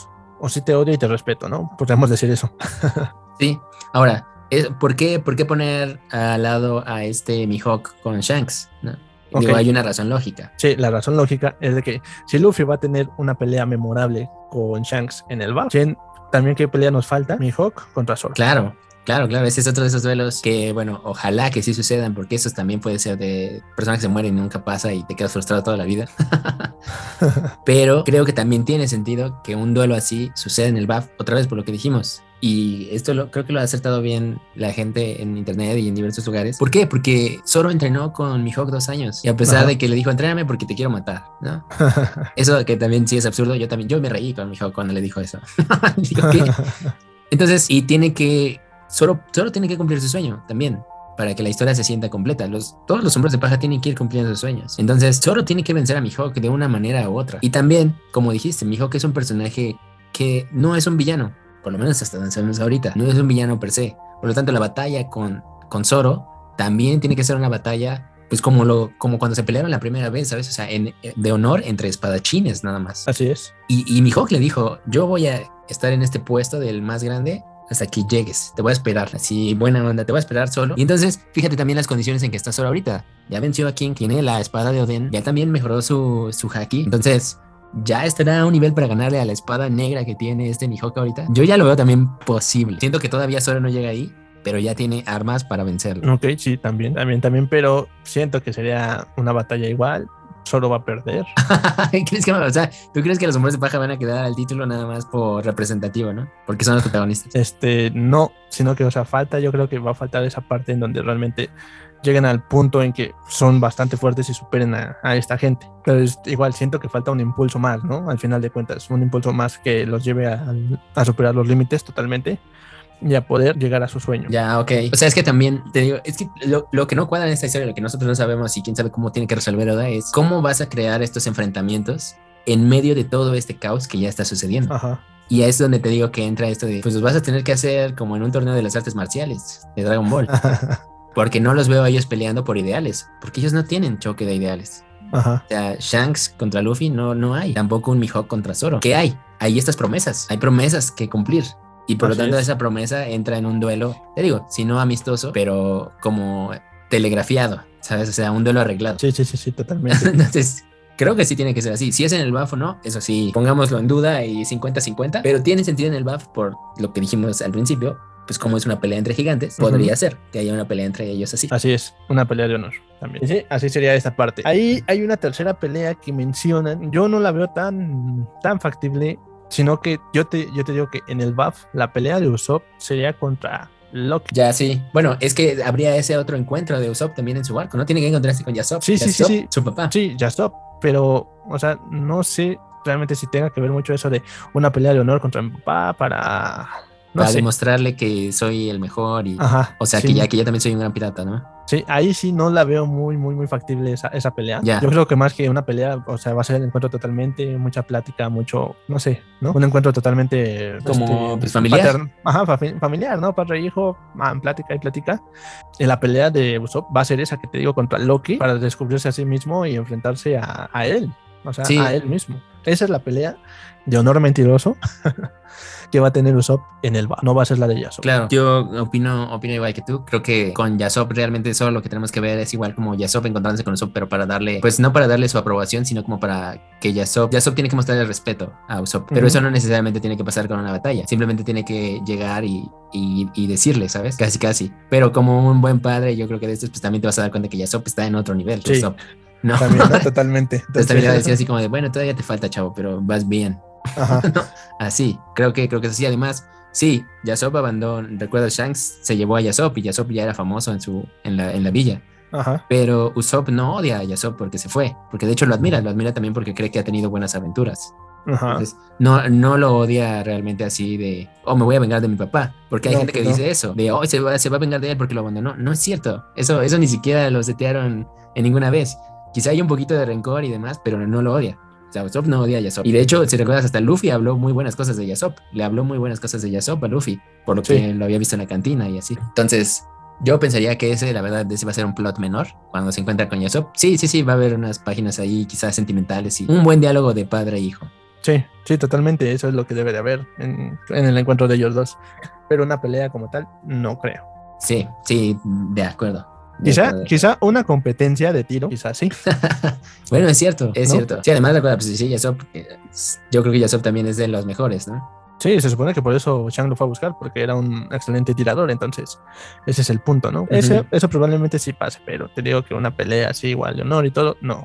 o sí te odio y te respeto, ¿no? Podríamos decir eso. Sí, ahora, es, ¿por qué, ¿por qué poner al lado a este Mihawk con Shanks? ¿No? Okay. Digo, hay una razón lógica. Sí, la razón lógica es de que si Luffy va a tener una pelea memorable con Shanks en el bar, también qué pelea nos falta, Mihawk contra Zoro. Claro, claro, claro, ese es otro de esos duelos que, bueno, ojalá que sí sucedan, porque esos también puede ser de personas que se mueren y nunca pasa y te quedas frustrado toda la vida. Pero creo que también tiene sentido que un duelo así suceda en el B A F, otra vez por lo que dijimos. Y esto lo, creo que lo ha acertado bien la gente en internet y en diversos lugares. ¿Por qué? Porque Zoro entrenó con Mihawk dos años. Y a pesar Ajá. de que le dijo, entréname porque te quiero matar, ¿no? Eso que también sí es absurdo. Yo también, yo me reí con Mihawk cuando le dijo eso. Digo, ¿qué? Entonces, y tiene que, Zoro, Zoro tiene que cumplir su sueño también, para que la historia se sienta completa. Los, todos los hombres de paja tienen que ir cumpliendo sus sueños. Entonces, Zoro tiene que vencer a Mihawk de una manera u otra. Y también, como dijiste, Mihawk es un personaje que no es un villano. Por lo menos hasta donde sabemos ahorita, no es un villano per se. Por lo tanto, la batalla con, con Zoro también tiene que ser una batalla, pues como, lo, como cuando se pelearon la primera vez, ¿sabes? O sea, en, de honor entre espadachines nada más. Así es. Y, y Mihawk le dijo, yo voy a estar en este puesto del más grande hasta que llegues, te voy a esperar, así buena onda, te voy a esperar solo. Y entonces, fíjate también las condiciones en que está Zoro ahorita. Ya venció a King, tiene la espada de Oden, ya también mejoró su, su haki. Entonces, ya estará a un nivel para ganarle a la espada negra que tiene este Mihawk ahorita. Yo ya lo veo también posible. Siento que todavía Zoro no llega ahí, pero ya tiene armas para vencerlo. Ok, sí, también, también, también, pero siento que sería una batalla igual. Zoro va a perder. ¿Crees que, o sea, ¿tú crees que los hombres de paja van a quedar al título nada más por representativo, no? Porque son los protagonistas. Este, no, sino que, o sea, falta, yo creo que va a faltar esa parte en donde realmente lleguen al punto en que son bastante fuertes y superen a, a esta gente. Pero es, igual siento que falta un impulso más, ¿no? Al final de cuentas, un impulso más que los lleve a, a superar los límites totalmente y a poder llegar a su sueño. Ya, ok. O sea, es que también, te digo, es que lo, lo que no cuadra en esta historia, lo que nosotros no sabemos y quién sabe cómo tiene que resolver Oda es cómo vas a crear estos enfrentamientos en medio de todo este caos que ya está sucediendo. Ajá. Y es donde te digo que entra esto de, pues los vas a tener que hacer como en un torneo de las artes marciales de Dragon Ball. Porque no los veo a ellos peleando por ideales, porque ellos no tienen choque de ideales. Ajá. O sea, Shanks contra Luffy no, no hay, tampoco un Mihawk contra Zoro. ¿Qué hay? Hay estas promesas, hay promesas que cumplir. Y por Así lo tanto es. Esa promesa entra en un duelo, te digo, si no amistoso, pero como telegrafiado, ¿sabes? O sea, un duelo arreglado. Sí, sí, sí, sí, totalmente. Entonces, creo que sí tiene que ser así. Si es en el B A F o no, eso sí, pongámoslo en duda y cincuenta cincuenta, pero tiene sentido en el B A F por lo que dijimos al principio, pues como es una pelea entre gigantes, uh-huh. podría ser que haya una pelea entre ellos así. Así es, una pelea de honor también. Sí, así sería esta parte. Ahí hay una tercera pelea que mencionan, yo no la veo tan, tan factible, sino que yo te, yo te digo que en el B A F la pelea de Usopp sería contra Loki. Ya, sí. Bueno, es que habría ese otro encuentro de Usopp también en su barco, ¿no? Tiene que encontrarse con Yasop. Sí, sí, Yasop, sí, sí. Su papá. Sí, Yasop, pero, o sea, no sé realmente si tenga que ver mucho eso de una pelea de honor contra mi papá para... No para sé. Demostrarle que soy el mejor y... Ajá, o sea, sí. que ya que yo también soy un gran pirata, ¿no? Sí, ahí sí no la veo muy, muy, muy factible esa, esa pelea. Ya. Yo creo que más que una pelea, o sea, va a ser el encuentro totalmente, mucha plática, mucho, no sé, ¿no? Un encuentro totalmente... Como, este, pues, familiar. Paterno. Ajá, fa- familiar, ¿no? Padre e hijo, man, plática y plática. Y la pelea de Usopp va a ser esa que te digo contra Loki, para descubrirse a sí mismo y enfrentarse a, a él. O sea, sí. a él mismo. Esa es la pelea de honor mentiroso que va a tener Usopp en el B A F. No va a ser la de Yasop. Claro, yo opino, opino igual que tú. Creo que con Yasop realmente solo lo que tenemos que ver es igual como Yasop encontrándose con Usopp, pero para darle, pues no para darle su aprobación, sino como para que Yasop, Yasop tiene que mostrarle respeto a Usopp. Pero uh-huh. eso no necesariamente tiene que pasar con una batalla. Simplemente tiene que llegar y, y, y decirle, ¿sabes? Casi, casi. Pero como un buen padre, yo creo que de esto pues también te vas a dar cuenta que Yasop está en otro nivel. Sí. Usopp. No. También, ¿no? Totalmente. Entonces, Entonces también le va a decir así como de, bueno, todavía te falta, chavo, pero vas bien. Ajá. No, así, creo que, creo que es así. Además, sí, Yasop abandonó, recuerdo, Shanks se llevó a Yasop y Yasop ya era famoso en, su, en, la, en la villa. Ajá. Pero Usopp no odia a Yasop porque se fue, porque de hecho lo admira, lo admira también porque cree que ha tenido buenas aventuras. Ajá. Entonces, no, no lo odia realmente así de, oh, me voy a vengar de mi papá, porque hay no, gente que no. dice eso, de, oh, se va, se va a vengar de él porque lo abandonó. No es cierto, eso, eso ni siquiera lo setearon en ninguna vez. Quizá hay un poquito de rencor y demás, pero no lo odia. O sea, Usopp no odia a Yasop. Y de hecho, si recuerdas, hasta Luffy habló muy buenas cosas de Yasop. Le habló muy buenas cosas de Yasop a Luffy, por lo sí. que lo había visto en la cantina y así. Entonces, yo pensaría que ese, la verdad, ese va a ser un plot menor cuando se encuentra con Yasop. Sí, sí, sí, va a haber unas páginas ahí quizás sentimentales y un buen diálogo de padre e hijo. Sí, sí, totalmente. Eso es lo que debe de haber en, en el encuentro de ellos dos. Pero una pelea como tal, no creo. Sí, sí, de acuerdo. De Quizá, acuerdo. quizá una competencia de tiro, quizás sí. Bueno, es cierto, es ¿No? cierto. Sí, además, recuerda, pues sí, Yasop, eh, yo creo que Yasop también es de los mejores, ¿no? Sí, se supone que por eso Shang lo fue a buscar, porque era un excelente tirador, entonces ese es el punto, ¿no? Uh-huh. Ese, eso probablemente sí pase, pero te digo que una pelea así igual de honor y todo, no.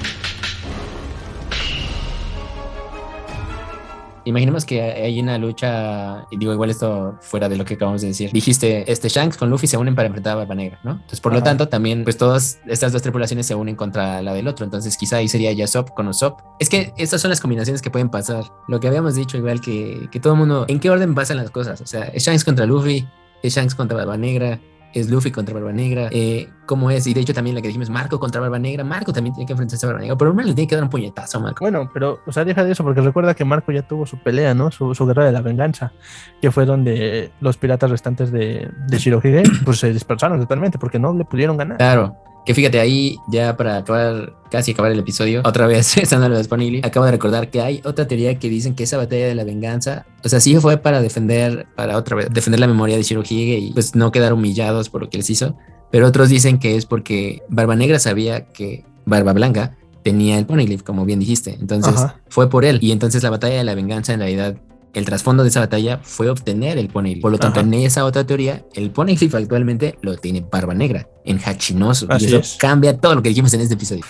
Imaginemos que hay una lucha, y digo igual esto fuera de lo que acabamos de decir. Dijiste, este Shanks con Luffy se unen para enfrentar a Barba Negra, ¿no? Entonces, por Ajá. lo tanto, también, pues todas estas dos tripulaciones se unen contra la del otro. Entonces, quizá ahí sería Yasop con Usopp. Es que estas son las combinaciones que pueden pasar. Lo que habíamos dicho, igual que, que todo el mundo, ¿en qué orden pasan las cosas? O sea, es Shanks contra Luffy, es Shanks contra Barba Negra, es Luffy contra Barba Negra, eh, ¿cómo es? Y de hecho también la que dijimos, Marco contra Barba Negra, Marco también tiene que enfrentarse a Barba Negra, pero no le tiene que dar un puñetazo a Marco. Bueno, pero, o sea, deja de eso, porque recuerda que Marco ya tuvo su pelea, ¿no? Su, su guerra de la venganza, que fue donde los piratas restantes de, de Shirohige, pues se dispersaron totalmente, porque no le pudieron ganar. Claro. Que fíjate, ahí ya para acabar, casi acabar el episodio, otra vez estando lo disponible, acabo de recordar que hay otra teoría que dicen que esa batalla de la venganza, o sea, sí fue para defender, para otra vez, defender la memoria de Shirohige y pues no quedar humillados por lo que les hizo, pero otros dicen que es porque Barba Negra sabía que Barba Blanca tenía el Poneglyph, como bien dijiste, entonces Ajá. fue por él, y entonces la batalla de la venganza en realidad, el trasfondo de esa batalla fue obtener el Poneglyph. Por lo tanto, Ajá. en esa otra teoría, el Poneglyph actualmente lo tiene Barba Negra en Hachinosu. Así y eso es. Cambia todo lo que dijimos en este episodio.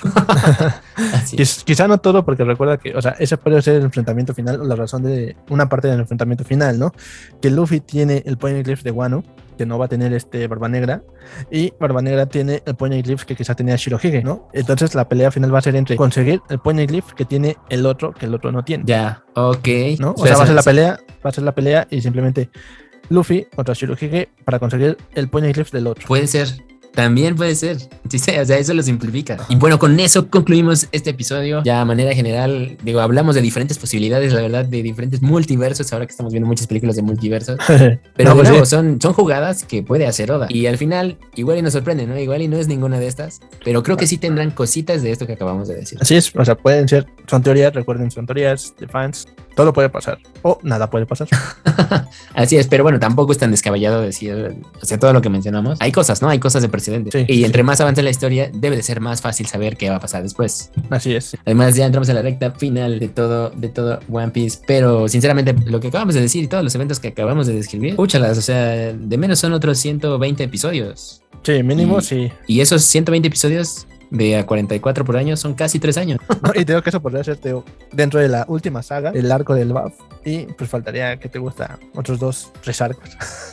Así es. Quizá no todo, porque recuerda que, o sea, ese puede ser el enfrentamiento final, o la razón de una parte del enfrentamiento final, ¿no? Que Luffy tiene el Poneglyph de Wano, que no va a tener este Barba Negra, y Barba Negra tiene el Poneglyph que quizá tenía Shirohige, ¿no? Entonces la pelea final va a ser entre conseguir el Poneglyph que tiene el otro que el otro no tiene. Ya, ok. ¿No? O sea, va a ser la pelea, va a ser la pelea y simplemente Luffy contra Shirohige para conseguir el Poneglyph del otro. Puede ser. También puede ser, sí, o sea, eso lo simplifica. Y bueno, con eso concluimos este episodio. Ya a manera general, digo, hablamos de diferentes posibilidades, la verdad, de diferentes multiversos, ahora que estamos viendo muchas películas de multiversos. Pero no, pues no, sí. son, son jugadas que puede hacer Oda. Y al final, igual y nos sorprende, ¿no? Igual y no es ninguna de estas, pero creo que sí tendrán cositas de esto que acabamos de decir. Así es, o sea, pueden ser, son teorías, recuerden, son teorías de fans. Todo puede pasar, o nada puede pasar. Así es, pero bueno, tampoco es tan descabellado decir, o sea, todo lo que mencionamos. Hay cosas, ¿no? Hay cosas de precedente. Sí, y entre sí. más avance la historia, debe de ser más fácil saber qué va a pasar después. Así es. Además, ya entramos en la recta final de todo, de todo One Piece, pero sinceramente, lo que acabamos de decir y todos los eventos que acabamos de describir, escúchalas, o sea, de menos son otros ciento veinte episodios. Sí, mínimo, y, sí. Y esos ciento veinte episodios de a cuarenta y cuatro por año son casi tres años. No, y creo que eso podría ser Teo, dentro de la última saga, el arco del B A F, y pues faltaría que te gusta otros dos, tres arcos.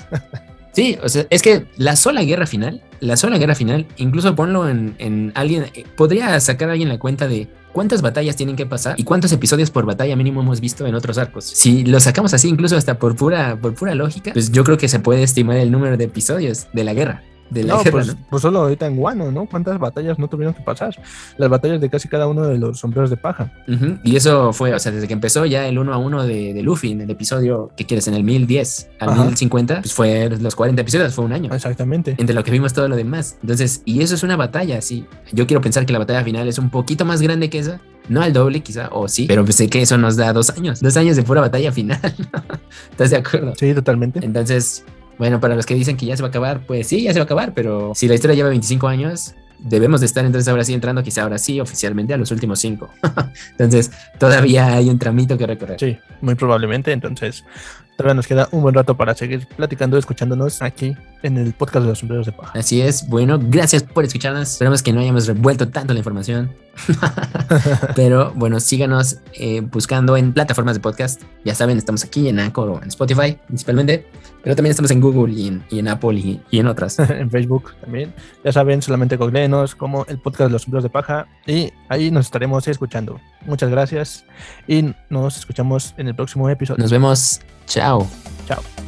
Sí, o sea, es que la sola guerra final, la sola guerra final, incluso ponlo en, en alguien, podría sacar a alguien la cuenta de cuántas batallas tienen que pasar y cuántos episodios por batalla mínimo hemos visto en otros arcos. Si lo sacamos así, incluso hasta por pura, por pura lógica, pues yo creo que se puede estimar el número de episodios de la guerra. De la no, guerra, pues, ¿no? pues solo ahorita en Wano, ¿no? ¿Cuántas batallas no tuvieron que pasar? Las batallas de casi cada uno de los sombreros de paja. Uh-huh. Y eso fue, o sea, desde que empezó ya el uno a uno de, de Luffy en el episodio, ¿qué quieres? En el mil diez al Ajá. mil cincuenta, pues fue los cuarenta episodios, fue un año. Exactamente. Entre lo que vimos todo lo demás. Entonces, y eso es una batalla, sí. Yo quiero pensar que la batalla final es un poquito más grande que esa. No al doble, quizá, o sí, pero pues sé que eso nos da dos años. Dos años de pura batalla final. ¿Estás de acuerdo? Sí, totalmente. Entonces, bueno, para los que dicen que ya se va a acabar, pues sí, ya se va a acabar, pero si la historia lleva veinticinco años, debemos de estar entonces ahora sí entrando, quizá ahora sí, oficialmente a los últimos cinco. Entonces, todavía hay un tramito que recorrer. Sí, muy probablemente, entonces todavía nos queda un buen rato para seguir platicando, escuchándonos aquí en el podcast de los sombreros de paja. Así es, bueno, gracias por escucharnos, esperamos que no hayamos revuelto tanto la información. Pero bueno, síganos eh, buscando en plataformas de podcast. Ya saben, estamos aquí en Anchor o en Spotify principalmente, pero también estamos en Google y en, y en Apple y, y en otras. En Facebook también. Ya saben, solamente googleenos como el podcast de los sombreros de paja y ahí nos estaremos escuchando. Muchas gracias y nos escuchamos en el próximo episodio. Nos vemos. Chao. Chao.